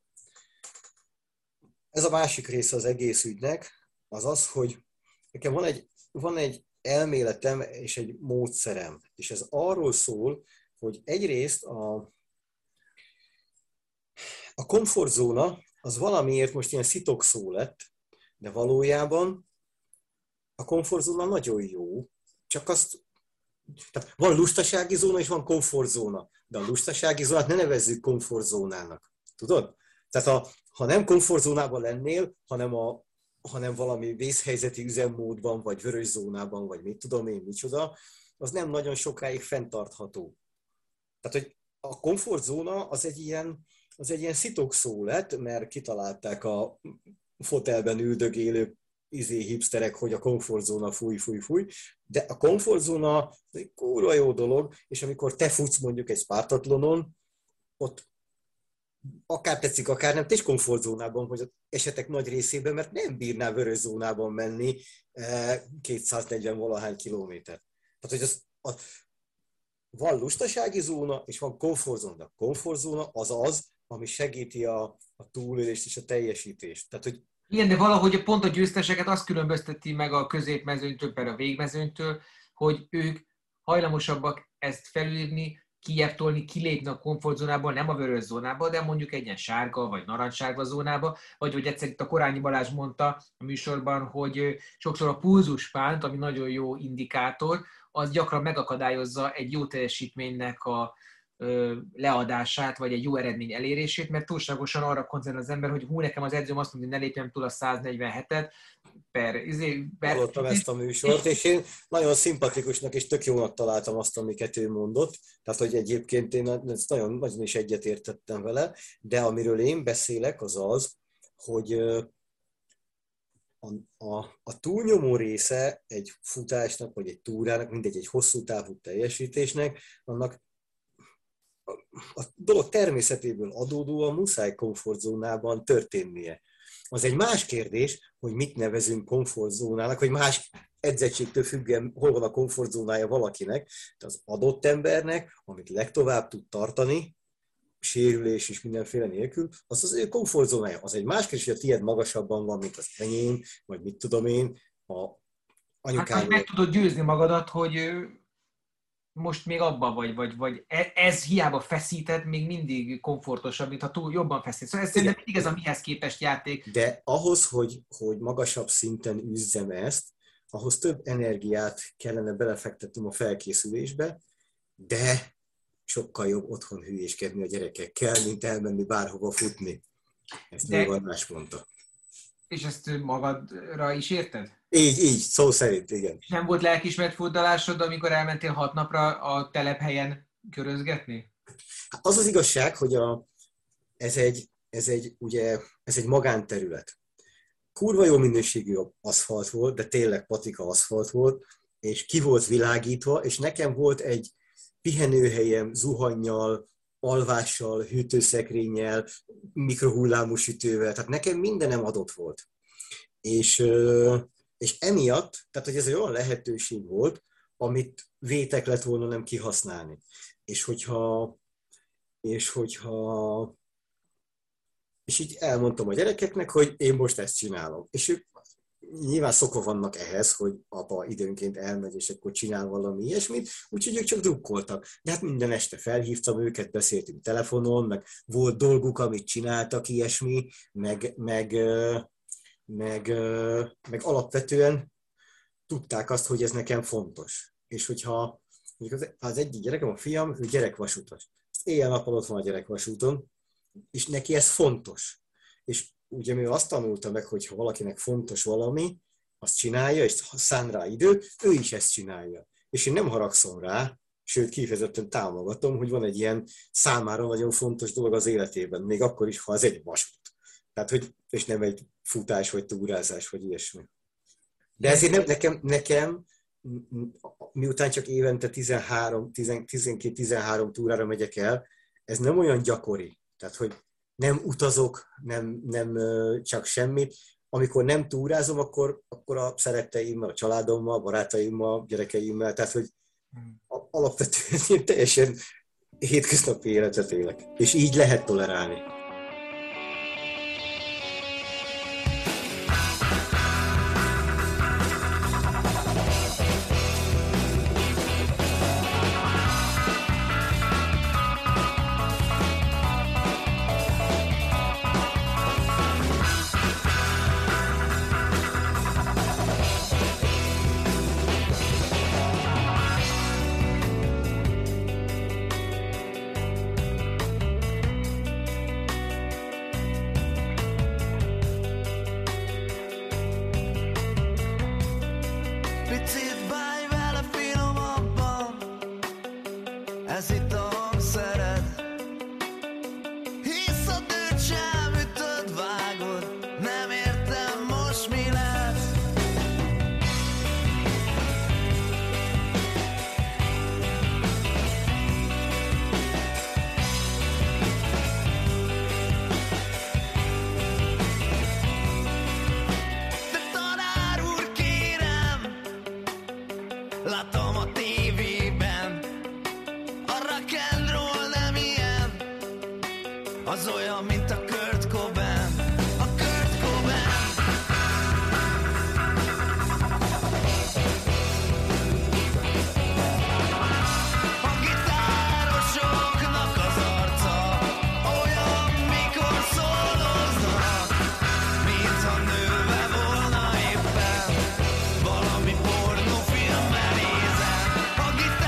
ez a másik része az egész ügynek, az az, hogy nekem van egy, van egy elméletem és egy módszerem, és ez arról szól, hogy egyrészt a, a komfortzóna az valamiért most ilyen szitok szó lett, de valójában a komfortzóna nagyon jó, csak azt, tehát van lustasági zóna és van komfortzóna, de a lustasági zónát ne nevezzük komfortzónának, tudod? Tehát ha, ha nem komfortzónában lennél, hanem a hanem valami vészhelyzeti üzemmódban, vagy vörös zónában, vagy mit tudom én, micsoda, az nem nagyon sokáig fenntartható. Tehát, hogy a komfortzóna az egy ilyen, az egy ilyen szitok szó lett, mert kitalálták a fotelben üldögélő izé hipsterek, hogy a komfortzóna fúj, fúj, fúj, de a komfortzóna egy kurva jó dolog, és amikor te futsz mondjuk egy Spartatlonon, ott akár tetszik, akár nem, te is komfortzónában, hogy az esetek nagy részében, mert nem bírnál vörös zónában menni kétszáznegyven valahány kilométer. Tehát, hogy az, az, van lustasági zóna, és van komfortzóna. De a komfortzóna az az, ami segíti a, a túlélést és a teljesítést. Tehát, hogy igen, de valahogy pont a győzteseket azt különbözteti meg a középmezőnytől, per a végmezőnytől, hogy ők hajlamosabbak ezt felülírni, kijebb tolni, kilépni a komfortzónából, nem a vörös zónába, de mondjuk egy ilyen sárga vagy narancssárga zónába, vagy hogy egyszer itt a Korányi Balázs mondta a műsorban, hogy sokszor a pulzuspánt, ami nagyon jó indikátor, az gyakran megakadályozza egy jó teljesítménynek a ö, leadását, vagy egy jó eredmény elérését, mert túlságosan arra koncentrál az ember, hogy hú, nekem az edzőm azt mondja, hogy ne lépjem túl a száznegyvenhetet, per, izé, per... Hallottam ezt a műsort, és én nagyon szimpatikusnak és tök jónak találtam azt, amiket ő mondott. Tehát, hogy egyébként én ezt nagyon, nagyon is egyetértettem vele, de amiről én beszélek, az az, hogy a, a, a túlnyomó része egy futásnak, vagy egy túrának, mindegy, egy hosszú távú teljesítésnek, annak a, a dolog természetéből adódóan muszáj komfortzónában történnie. Az egy más kérdés, hogy mit nevezünk komfortzónának, hogy más edzettségtől függően hol van a komfortzónája valakinek, de az adott embernek, amit legtovább tud tartani, sérülés és mindenféle nélkül, az az ő komfortzónája. Az egy más kérdés, hogy a tiéd magasabban van, mint az enyém, vagy mit tudom én, a anyukám. Hát meg tudod győzni magadat, hogy most még abban vagy, vagy, vagy ez hiába feszíted, még mindig komfortosabb, mint ha túl jobban feszít. Szóval ez szerintem mindig ez a mihez képest játék. De ahhoz, hogy, hogy magasabb szinten üzzem ezt, ahhoz több energiát kellene belefektetnem a felkészülésbe, de sokkal jobb otthon hülyéskedni a gyerekekkel, mint elmenni bárhova futni. Ezt De... Jóvan más mondta. És ezt magadra is érted? Így, így, szó szerint, igen. És nem volt lelkismert furdalásod, amikor elmentél hat napra a telephelyen körözgetni? Az az igazság, hogy a, ez, egy, ez, egy, ugye, ez egy magánterület. Kurva jó minőségű aszfalt volt, de tényleg patika aszfalt volt, és ki volt világítva, és nekem volt egy pihenőhelyem zuhannyal, alvással, hűtőszekrényel, mikrohullámú sütővel, tehát nekem mindenem adott volt. És, és emiatt, tehát hogy ez egy olyan lehetőség volt, amit vétek lett volna nem kihasználni. És hogyha, és hogyha, és így elmondtam a gyerekeknek, hogy én most ezt csinálom. És ők nyilván szokva vannak ehhez, hogy apa időnként elmegy, és akkor csinál valami ilyesmit, úgyhogy ők csak drukkoltak. De hát minden este felhívtam őket, beszéltünk telefonon, meg volt dolguk, amit csináltak, ilyesmi, meg, meg, meg, meg alapvetően tudták azt, hogy ez nekem fontos. És hogyha az, az egyik gyerekem, a fiam, ő gyerekvasutas. Éjjel-nappal ott van a gyerekvasúton, és neki ez fontos. És ugye mivel azt tanulta meg, hogy ha valakinek fontos valami, azt csinálja, és szán rá időt, ő is ezt csinálja. És én nem haragszom rá, sőt kifejezetten támogatom, hogy van egy ilyen számára nagyon fontos dolog az életében, még akkor is, ha az egy vasút. Tehát, hogy, és nem egy futás, vagy túrázás, vagy ilyesmi. De ezért nem, nekem, nekem, miután csak évente tizenhárom, tizenkét tizenhárom túrára megyek el, ez nem olyan gyakori. Tehát, hogy nem utazok, nem, nem csak semmit. Amikor nem túrázom, akkor, akkor a szeretteimmel, a családommal, a barátaimmal, gyerekeimmel, tehát, hogy alapvetően teljesen hétköznapi életet élek. És így lehet tolerálni. Valami pornófilmmel nézem, a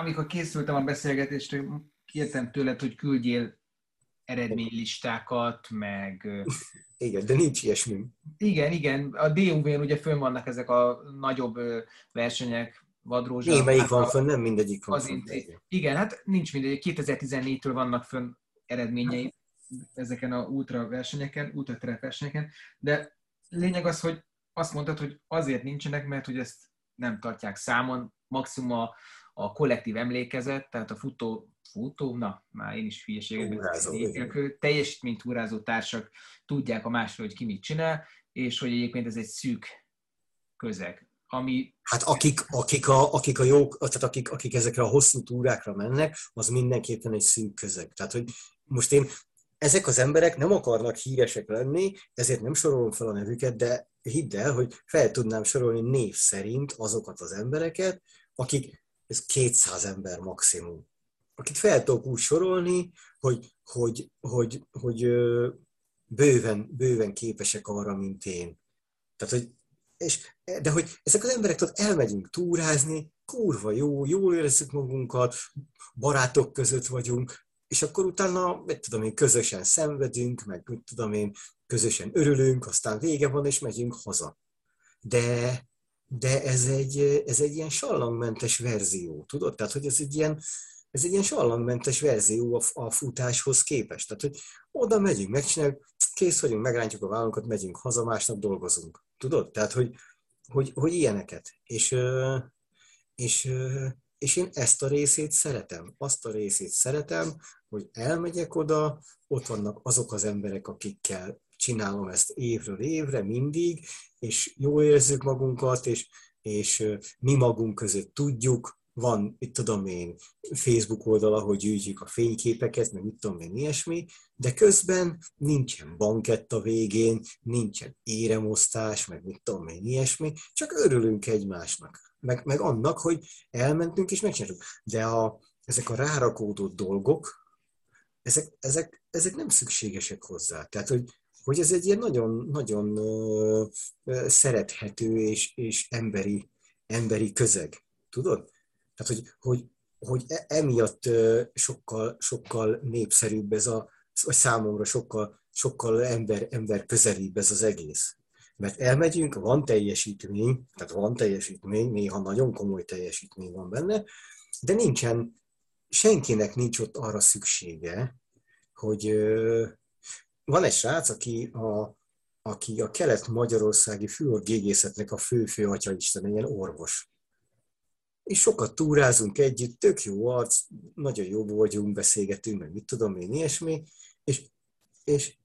amikor készültem a beszélgetésre, kértem tőled, hogy küldjél eredménylistákat, meg... Igen, de nincs ilyesmi. Igen, igen. A dé u vén ugye fönn vannak ezek a nagyobb versenyek, Vadrózsa. Némelyik van fönn, nem mindegyik van az fönn. Inci. Igen, hát nincs mindegy. kétezer-tizennégytől vannak fönn eredményei ezeken a ultra versenyeken, ultra trail versenyeken, de lényeg az, hogy azt mondtad, hogy azért nincsenek, mert hogy ezt nem tartják számon, maximum a, a kollektív emlékezet, tehát a futó, futó, na, már én is hülyeséget beszélek, teljesítményt túrázó társak tudják a másról, hogy ki mit csinál, és hogy egyébként ez egy szűk közeg. Ami... Hát akik, akik, a, akik a jók, tehát akik, akik ezekre a hosszú túrákra mennek, az mindenképpen egy szűk közeg. Tehát, hogy most én, ezek az emberek nem akarnak híresek lenni, ezért nem sorolom fel a nevüket, de hidd el, hogy fel tudnám sorolni név szerint azokat az embereket, akik, ez kétszáz ember maximum, akit fel tudok úgy sorolni, hogy, hogy, hogy, hogy bőven, bőven képesek arra, mint én. Tehát, hogy És, de hogy ezek az emberek, tudod, elmegyünk túrázni, kurva jó, jól érezzük magunkat, barátok között vagyunk, és akkor utána, mit tudom én, közösen szenvedünk, meg mit tudom én, közösen örülünk, aztán vége van, és megyünk haza. De, de ez, egy, ez egy ilyen sallangmentes verzió, tudod? Tehát, hogy ez egy ilyen, ez egy ilyen sallangmentes verzió a, a futáshoz képest. Tehát, hogy oda megyünk, megcsináljuk, kész vagyunk, megrántjuk a vállunkat, megyünk haza, másnap dolgozunk. Tudod? Tehát, hogy, hogy, hogy ilyeneket. És, és, és én ezt a részét szeretem. Azt a részét szeretem, hogy elmegyek oda, ott vannak azok az emberek, akikkel csinálom ezt évről évre, mindig, és jól érezzük magunkat, és, és mi magunk között tudjuk, van, itt tudom én, Facebook oldal, ahol gyűjtjük a fényképeket, meg mit tudom én, ilyesmi, de közben nincsen bankett a végén, nincsen éremosztás, meg mit tudom én, ilyesmi, csak örülünk egymásnak, meg, meg annak, hogy elmentünk és megcsináltuk. De a, ezek a rárakódott dolgok, ezek, ezek, ezek nem szükségesek hozzá. Tehát, hogy, hogy ez egy ilyen nagyon, nagyon uh, szerethető és, és emberi, emberi közeg. Tudod? Tehát, hogy, hogy, hogy emiatt sokkal, sokkal népszerűbb ez a, vagy számomra sokkal, sokkal ember, ember közelibb ez az egész. Mert elmegyünk, van teljesítmény, tehát van teljesítmény, néha nagyon komoly teljesítmény van benne, de nincsen, senkinek nincs ott arra szüksége, hogy van egy srác, aki a, aki a kelet-magyarországi fülorgégészetnek a fő-fő atyaisten, ilyen orvos. És sokat túrázunk együtt, tök jó arc, nagyon jó vagyunk, beszélgetünk, meg mit tudom én, ilyesmi, és, és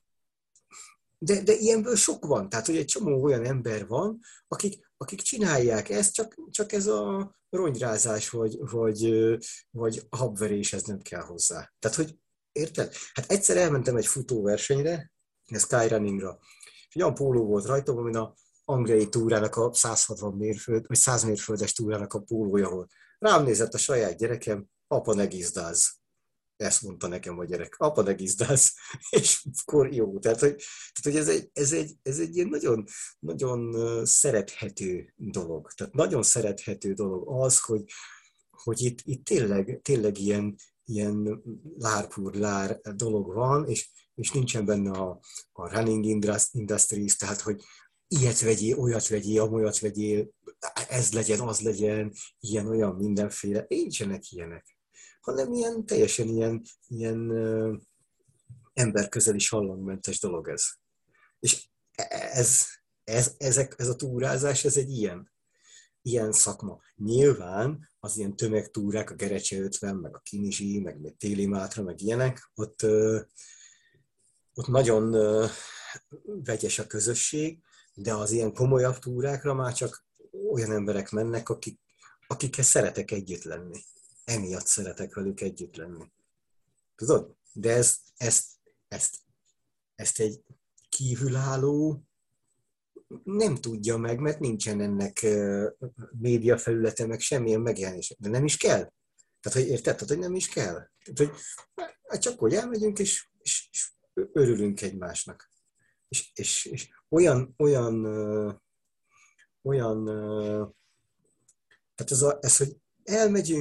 de, de ilyenből sok van, tehát hogy egy csomó olyan ember van, akik, akik csinálják ezt, csak, csak ez a ronyrázás, vagy, vagy, vagy habverés, ez nem kell hozzá. Tehát, hogy érted? Hát egyszer elmentem egy futóversenyre, Skyruningra, és egy olyan póló volt rajtam, amin a angliai túrának a száz hatvan mérföld, vagy száz mérföldes túrának a pólója volt. Rám nézett a saját gyerekem, apa, ne gizdázz. Ezt mondta nekem a gyerek, apa, ne gizdázz. És akkor jó. Tehát, hogy, tehát, hogy ez, egy, ez, egy, ez egy ilyen nagyon, nagyon szerethető dolog. Tehát nagyon szerethető dolog az, hogy, hogy itt, itt tényleg, tényleg ilyen, ilyen lárpúr-lár dolog van, és, és nincsen benne a, a running industries, tehát, hogy ilyet vegyél, olyat vegyél, amolyat vegyél, ez legyen, az legyen, ilyen, olyan, mindenféle. Nincsenek ilyenek. Hanem ilyen, teljesen ilyen, ilyen uh, emberközeli sallangmentes dolog ez. És ez, ez, ezek, ez a túrázás, ez egy ilyen, ilyen szakma. Nyilván az ilyen tömegtúrák, a Gerecse ötven, meg a Kinizsi, meg a Téli Mátra, meg ilyenek, ott, uh, ott nagyon uh, vegyes a közösség, de az ilyen komolyabb túrákra már csak olyan emberek mennek, akik, akikkel szeretek együtt lenni. Emiatt szeretek velük együtt lenni. Tudod? De ez, ezt, ezt, ezt egy kívülálló nem tudja meg, mert nincsen ennek médiafelülete, meg semmilyen megjelenés. De nem is kell. Tehát, hogy érted? Tehát, hogy nem is kell. Tehát, hogy csak hogy elmegyünk, és, és, és örülünk egymásnak. És, és, és olyan, olyan, ö, olyan, ö, tehát ez, a, ez, hogy elmegyünk,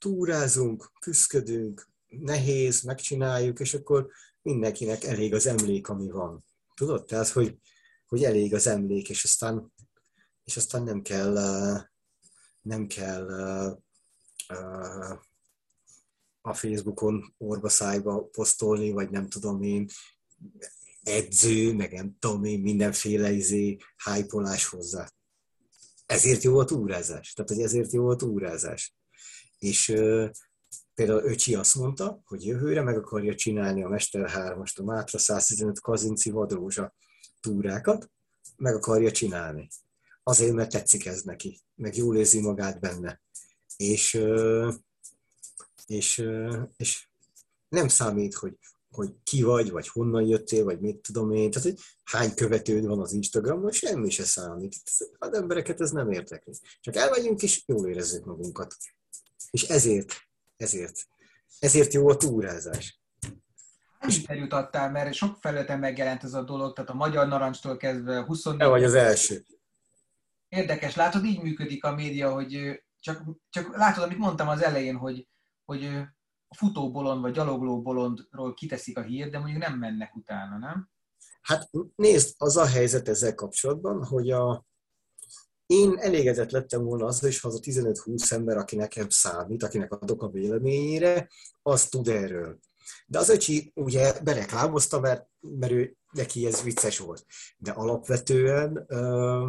túrázunk, küszködünk, nehéz, megcsináljuk, és akkor mindenkinek elég az emlék, ami van. Tudod? Tehát, hogy, hogy elég az emlék, és aztán, és aztán nem kell, nem kell a Facebookon orba-szájba posztolni, vagy nem tudom én, edző, meg nem tudom én, mindenféle izé, hype-olás hozzá. Ezért jó a túrázás. Tehát, hogy ezért jó a túrázás. És uh, például öcsi azt mondta, hogy jövőre meg akarja csinálni a Mester hármast, a Mátra száztizenöt Kazinci Vadrózsa túrákat, meg akarja csinálni. Azért, mert tetszik ez neki, meg jól érzi magát benne. És, uh, és, uh, és nem számít, hogy hogy ki vagy, vagy honnan jöttél, vagy mit tudom én, tehát hogy hány követőd van az Instagramon, semmi se számít. Az embereket ez nem érdekli. Csak elmegyünk és jól érezzük magunkat. És ezért, ezért, ezért jó a túrázás. Hány interjút adtál, mert sok felületen megjelent ez a dolog, tehát a Magyar Narancstól kezdve huszonnégy... Te vagy az első. Érdekes, látod, így működik a média, hogy csak, csak látod, amit mondtam az elején, hogy, hogy a futóbolond vagy gyalogló bolondról kiteszik a hírt, de mondjuk nem mennek utána, nem? Hát nézd, az a helyzet ezzel kapcsolatban, hogy a, én elégedett lettem volna azzal is, ha az a tizenöt-húsz ember, aki nekem számít, akinek adok a véleményére, az tud erről. De az öcsi ugye bereklámozta, mert, mert ő, neki ez vicces volt. De alapvetően ö,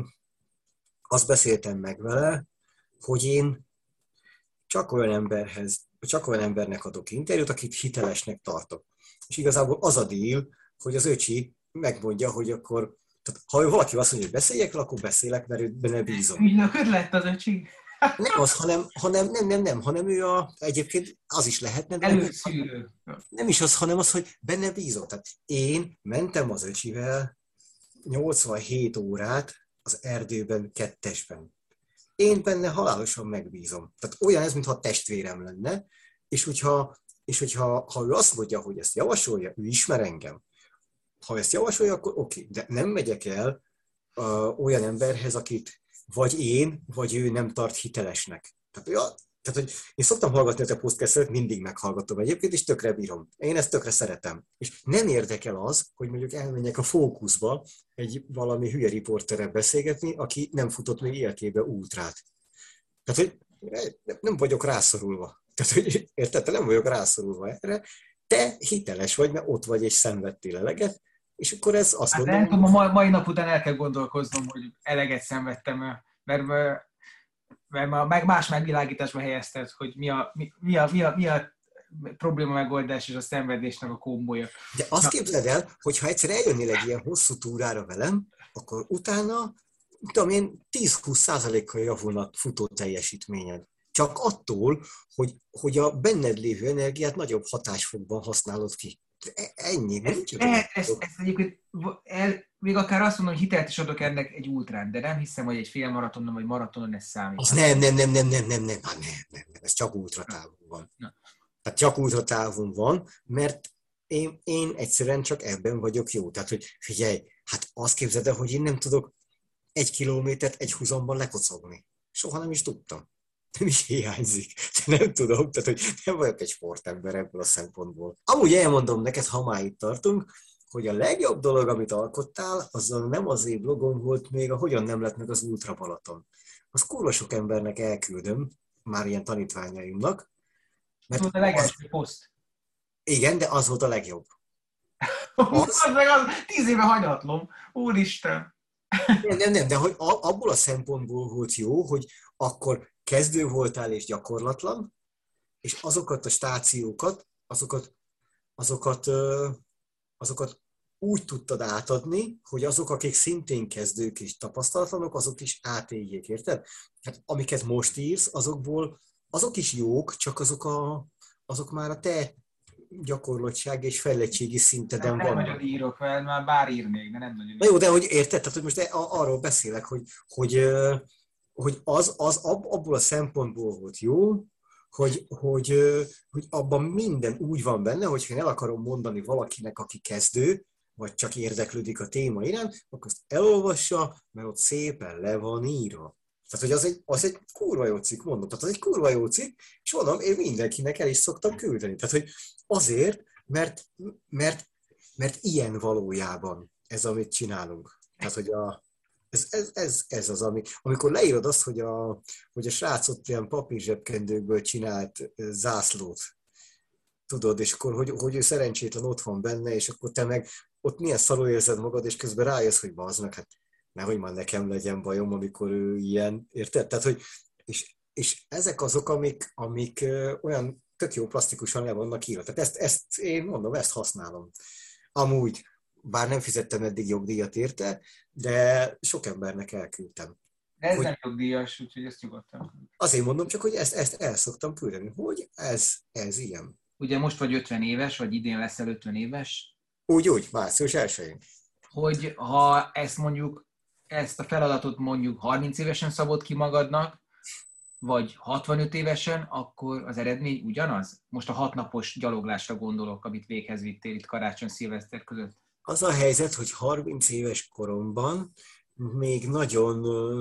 azt beszéltem meg vele, hogy én csak olyan emberhez, csak olyan embernek adok interjút, akit hitelesnek tartok. És igazából az a deal, hogy az öcsi megmondja, hogy akkor, tehát ha valaki azt mondja, hogy beszéljek, akkor beszélek, mert ő benne bízom. Ügynököd lett az öcsi? Nem az, hanem, hanem nem, nem, nem, hanem ő a, egyébként az is lehetne, de nem, nem is az, hanem az, hogy benne bízom. Tehát én mentem az öcsivel nyolcvanhét órát az erdőben kettesben. Én benne halálosan megbízom. Tehát olyan ez, mintha testvérem lenne, és hogyha, és hogyha ha ő azt mondja, hogy ezt javasolja, ő ismer engem. Ha ezt javasolja, akkor oké, okay. De nem megyek el uh, olyan emberhez, akit vagy én, vagy ő nem tart hitelesnek. Tehát, ja, tehát hogy én szoktam hallgatni a te podcastet, mindig meghallgatom egyébként, és tökre bírom. Én ezt tökre szeretem. És nem érdekel az, hogy mondjuk elmenjek a Fókuszba egy valami hülye riporterrel beszélgetni, aki nem futott még életébe ultrát. Tehát, hogy nem vagyok rászorulva. Tehát, hogy érted, te nem vagyok rászorulva erre. Te hiteles vagy, mert ott vagy és szenvedtél eleget, és akkor ez azt hát mondom... Nem tudom, a mai nap után el kell gondolkoznom, hogy eleget szenvedtem, mert, mert meg más megvilágításba helyezted, hogy mi a, mi, mi, a, mi, a, mi a probléma megoldás és a szenvedésnek a kombója. De azt képzeld el, hogy ha egyszer eljönnél egy ilyen hosszú túrára velem, akkor utána, tudom én, tíz-húsz százalékkal javulna a futó teljesítményed. Csak attól, hogy, hogy a benned lévő energiát nagyobb hatásfokban használod ki. Ennyi, nem ez, ez, ez, ez egyébként, el, még akár azt mondom, hogy hitelt is adok ennek egy ultrán, de nem hiszem, hogy egy fél maratonon vagy maratonon ez számít. Az nem, nem, nem, nem, nem, nem, nem, nem, nem, nem, ez csak ultratávon van. Na. Tehát csak ultratávon van, mert én, én egyszerűen csak ebben vagyok jó. Tehát, hogy figyelj, hát azt képzeld el, hogy én nem tudok egy kilométert egy húzamban lekocogni. Soha nem is tudtam. Nem is hiányzik. Nem tudom, tehát hogy nem vagyok egy sportember ebből a szempontból. Amúgy elmondom neked, ha már itt tartunk, hogy a legjobb dolog, amit alkottál, azzal nem az én blogom volt még a Hogyan nem lett meg az Ultra Balaton. Az kurva sok embernek elküldöm, már ilyen tanítványaimnak. Mert volt a legelső poszt. Igen, de az volt a legjobb. Az, az meg az tíz éve hanyatlom. Úristen! Nem, nem, nem, de hogy abból a szempontból volt jó, hogy akkor kezdő voltál és gyakorlatlan, és azokat a stációkat, azokat, azokat, azokat úgy tudtad átadni, hogy azok, akik szintén kezdők és tapasztalatlanok, azok is átéljék, érted? Hát amiket most írsz, azokból azok is jók, csak azok, a, azok már a te gyakorlatság és fejlettségi szinteden nem van. Nem nagyon írok, mert már bár írnék, de nem nagyon. Na jó, de hogy érted, tehát hogy most arról beszélek, hogy, hogy, hogy az, az abból a szempontból volt jó, hogy, hogy, hogy abban minden úgy van benne, hogyha én el akarom mondani valakinek, aki kezdő, vagy csak érdeklődik a téma iránt, akkor azt elolvassa, mert ott szépen le van írva. Tehát, hogy az egy, az egy kurva jó cikk, mondom. Tehát az egy kurva jó cikk, és mondom, én mindenkinek el is szoktam küldeni. Tehát, hogy azért, mert, mert, mert ilyen valójában ez, amit csinálunk. Tehát, hogy a, ez, ez, ez, ez az, ami, amikor leírod azt, hogy a, hogy a srác ott ilyen papírzsebkendőkből csinált zászlót, tudod, és akkor, hogy, hogy ő szerencsétlen ott van benne, és akkor te meg ott milyen szarul érzed magad, és közben rájössz, hogy bazd meg, hát nehogy már nekem legyen bajom, amikor ő ilyen, érted? Tehát, hogy, és, és ezek azok, amik, amik ö, olyan tök jó plastikusan le vannak írva. Tehát ezt, ezt én mondom, ezt használom. Amúgy, bár nem fizettem eddig jogdíjat érte, de sok embernek elküldtem. Ez hogy, nem jogdíjas, úgyhogy ezt nyugodtan. Azért mondom csak, hogy ezt, ezt el szoktam küldeni, hogy ez, ez ilyen. Ugye most vagy ötven éves, vagy idén leszel ötven éves, Úgy, úgy, március elsején. hogy ha ezt mondjuk, ezt a feladatot mondjuk harminc évesen szabod ki magadnak, vagy hatvanöt évesen, akkor az eredmény ugyanaz? Most a hatnapos gyaloglásra gondolok, amit véghez vittél itt karácsony-szilveszter között. Az a helyzet, hogy harminc éves koromban még nagyon,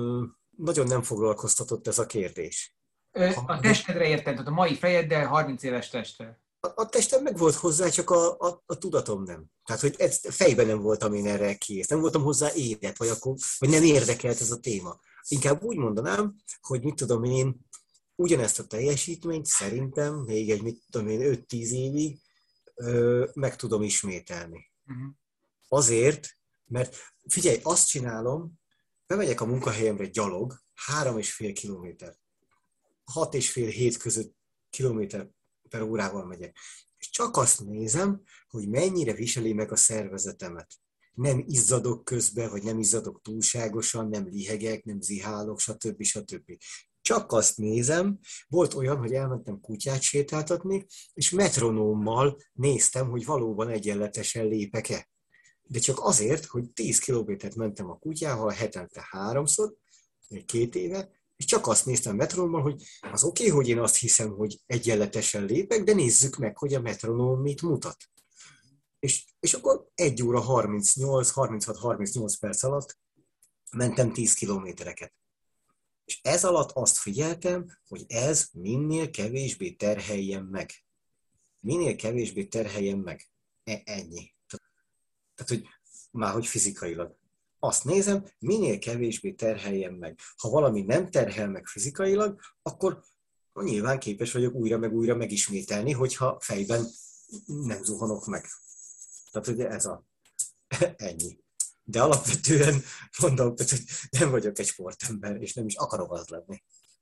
nagyon nem foglalkoztatott ez a kérdés. A testedre érted, tehát a mai fejeddel, harminc éves testre. A, a testem meg volt hozzá, csak a, a, a tudatom nem. Tehát, hogy ez, fejben nem voltam én erre kész. Nem voltam hozzá érett, vagy, akkor, vagy nem érdekelt ez a téma. Inkább úgy mondanám, hogy mit tudom én, ugyanezt a teljesítményt szerintem még egy, mit tudom én, öt-tíz évig ö, meg tudom ismételni. Uh-huh. Azért, mert figyelj, azt csinálom, bemegyek a munkahelyemre gyalog, három és fél kilométer. Hat és fél hét között kilométer per órával megyek. És csak azt nézem, hogy mennyire viseli meg a szervezetemet. Nem izzadok közben, vagy nem izzadok túlságosan, nem lihegek, nem zihálok, stb. stb. Csak azt nézem, volt olyan, hogy elmentem kutyát sétáltatni, és metronómmal néztem, hogy valóban egyenletesen lépek-e. De csak azért, hogy tíz kilométert mentem a kutyával, hetente háromszor, két éve, és csak azt néztem metronómmal, hogy az oké, okay, hogy én azt hiszem, hogy egyenletesen lépek, de nézzük meg, hogy a metronóm mit mutat. És, és akkor egy óra harmincnyolc, harminchat harmincnyolc perc alatt mentem tíz kilométereket. És ez alatt azt figyeltem, hogy ez minél kevésbé terheljen meg. Minél kevésbé terheljen meg. E- ennyi. Tehát, hogy már hogy fizikailag. Azt nézem, minél kevésbé terheljen meg. Ha valami nem terhel meg fizikailag, akkor nyilván képes vagyok újra meg újra megismételni, hogyha fejben nem zuhanok meg. Tehát ugye ez a ennyi. De alapvetően mondom, hogy nem vagyok egy sportember, és nem is akarok az lenni.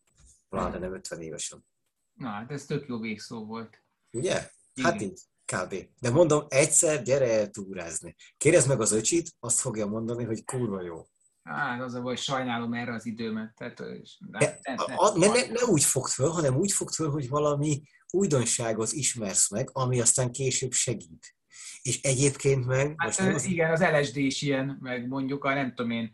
Pláne nem ötven évesen. Na, hát ez tök jó végszó volt. Ugye? Hát így. Kb. De mondom, egyszer gyere el túrázni. Kérdezd meg az öcsit, azt fogja mondani, hogy kurva jó. Hát az a baj, sajnálom erre az időmet. Tehát, ne, ne, ne, a, ne, ne, ne úgy fogd föl, hanem úgy fogd föl, hogy valami újdonságot ismersz meg, ami aztán később segít. És egyébként meg... Hát most az... igen, az el es dé is ilyen, meg mondjuk a nem tudom én...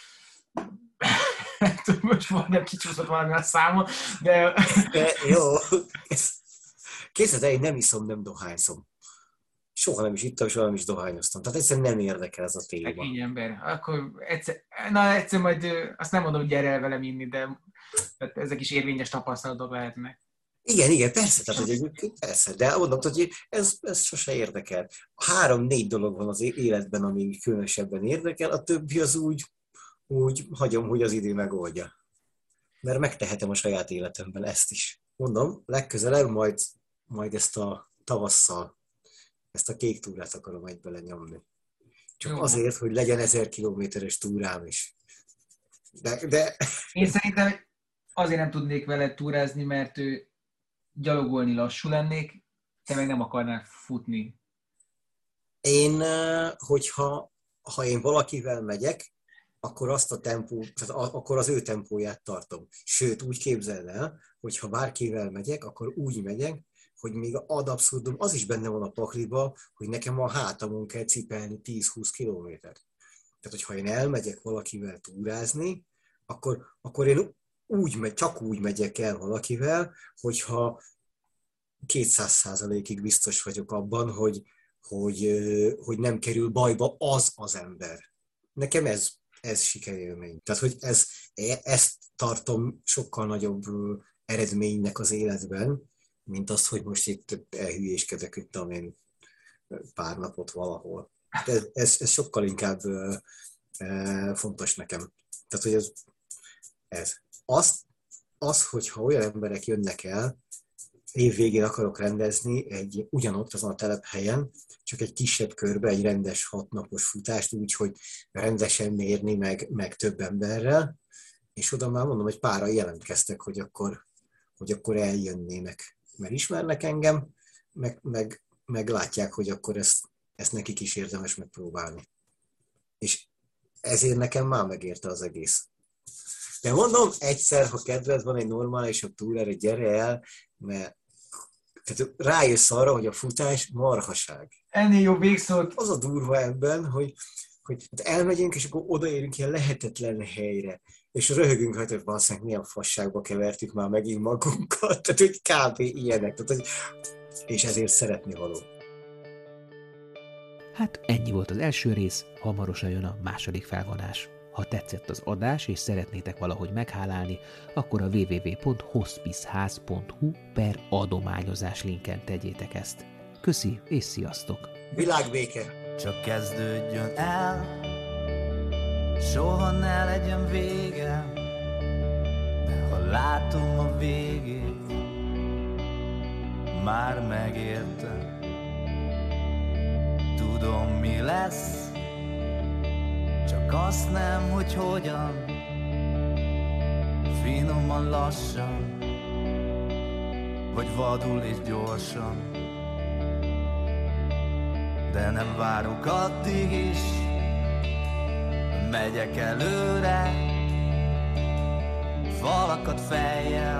most majdnem kicsúszott valami a számon, de... de jó. Képzeld el, én nem iszom, nem dohányzom. Soha nem is ittam, soha nem is dohányoztam. Tehát egyszerűen nem érdekel ez a téma. Így ember. Akkor egyszer, na egyszer majd, azt nem mondom, hogy gyere el velem inni, de ezek is érvényes tapasztalatok lehetnek. Igen, igen, persze, tehát, hogy egyébként persze, de mondom, hogy ez, ez sose érdekel. Három-négy dolog van az életben, ami különösebben érdekel, a többi az úgy, úgy hagyom, hogy az idő megoldja. Mert megtehetem a saját életemben ezt is. Mondom, legközelebb majd, majd ezt a tavasszal, ezt a kék túrát akarom egybele nyomni. Csak jó. Azért, hogy legyen ezer kilométeres túrám is. De, de... Én szerintem azért nem tudnék vele túrázni, mert ő gyalogolni lassú lennék, te meg nem akarnál futni. Én, hogyha ha én valakivel megyek, akkor azt a tempó, tehát akkor az ő tempóját tartom. Sőt, úgy képzeld el, hogy ha bárkivel megyek, akkor úgy megyek, hogy még ad abszurdum, az is benne van a pakliba, hogy nekem a hátamon kell cipelni tíz-húsz kilométert. Tehát, hogyha én elmegyek valakivel túrázni, akkor, akkor én úgy megy, csak úgy megyek el valakivel, hogyha kétszáz százalékig biztos vagyok abban, hogy, hogy, hogy nem kerül bajba az az ember. Nekem ez, ez sikerélmény. Tehát, hogy ez, ezt tartom sokkal nagyobb eredménynek az életben, mint az, hogy most itt elhülyéskedek, itt tudom én, pár napot valahol. Ez, ez, ez sokkal inkább e, fontos nekem. Tehát, hogy ez, ez. Az, az, hogyha olyan emberek jönnek el, év végén akarok rendezni egy ugyanott azon a telephelyen, csak egy kisebb körbe, egy rendes hatnapos futást, úgyhogy rendesen mérni, meg, meg több emberrel, és oda már mondom, hogy páran jelentkeztek, hogy akkor, hogy akkor eljönnének, mert ismernek engem, meg, meg, meg látják, hogy akkor ezt, ezt nekik is érdemes megpróbálni. És ezért nekem már megérte az egész. De mondom, egyszer, ha kedved van egy normálisabb túrára, gyere el, mert tehát rájössz arra, hogy a futás marhaság. Ennél jobb végszót. Az a durva ebben, hogy, hogy elmegyünk, és akkor odaérünk ilyen lehetetlen helyre, és röhögünk, hogy valószínűleg milyen fasságba kevertük már megint magunkat, tehát hogy kb. Ilyenek, tehát, hogy, és ezért szeretni való. Hát ennyi volt az első rész, hamarosan jön a második felvonás. Ha tetszett az adás, és szeretnétek valahogy meghálálni, akkor a www pont hospiceház pont hu per adományozás linken tegyétek ezt. Köszi, és sziasztok! Világbéke! Csak kezdődjön el, soha ne legyen vége, de ha látom a végét, már megérte. Tudom, mi lesz, csak azt nem, hogy hogyan, finoman lassan, vagy vadul és gyorsan. De nem várok addig is, megyek előre, falakat fejjel,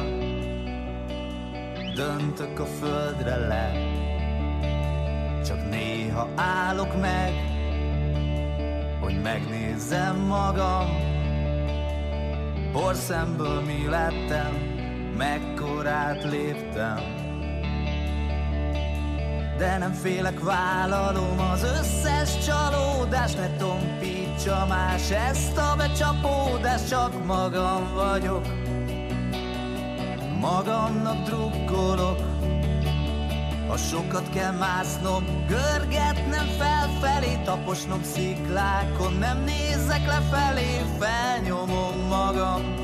döntök a földre le. Csak néha állok meg, hogy megnézzem magam, porszemből mi lettem, mekkorát léptem. De nem félek, vállalom az összes csalódást, ne tompítsa más ezt a becsapódást, csak magam vagyok, magamnak drukkolok. Ha sokat kell másznom, görgetnem felfelé, taposnom sziklákon, nem nézek lefelé, felnyomom magam,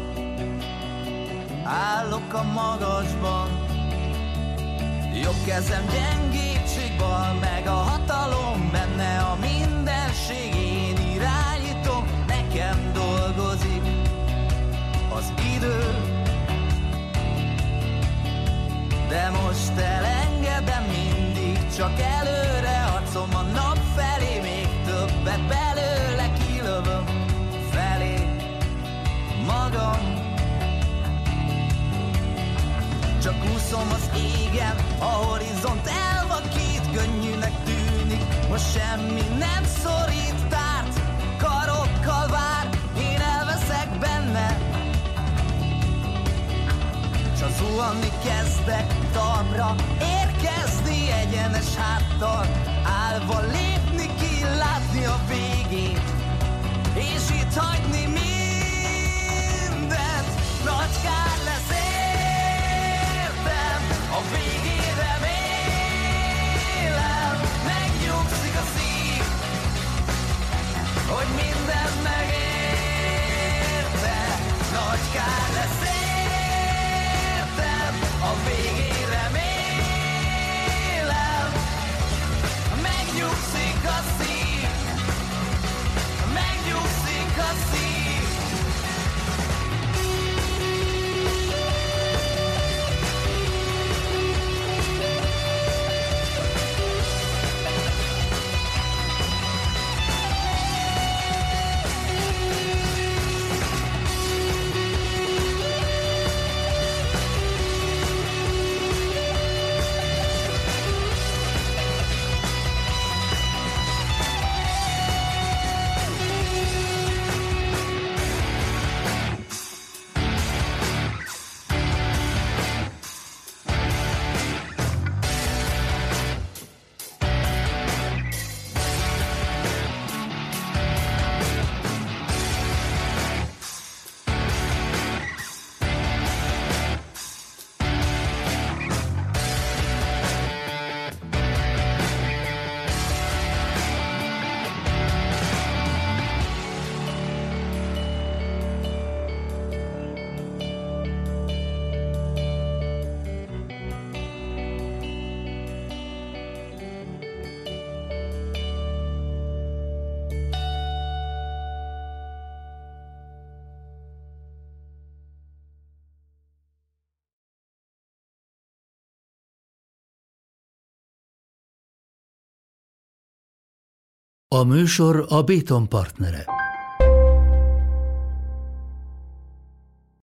állok a magasban. Jobb kezem gyengétségban, meg a hatalom benne, a mindenség, én irányítom, nekem dolgozik az idő. De most elengedem mindig, csak előre arcom a nap felé, még többet belőle kilövöm felé magam. Csak úszom az égen, a horizont elvakít, könnyűnek tűnik, most semmi nem szorít, tárt karokkal vár, én elveszek benne. S az zuhanni kezdek, talpra érkezni, egyenes háttal, állva lépni ki, látni a végét, és itt hagyni mindent. Nagy kár lesz értem, a végére mélem, megnyugszik a szív, hogy mindent megérte. Nagy kár lesz értem, a végére mélem, A műsor a Béton partnere.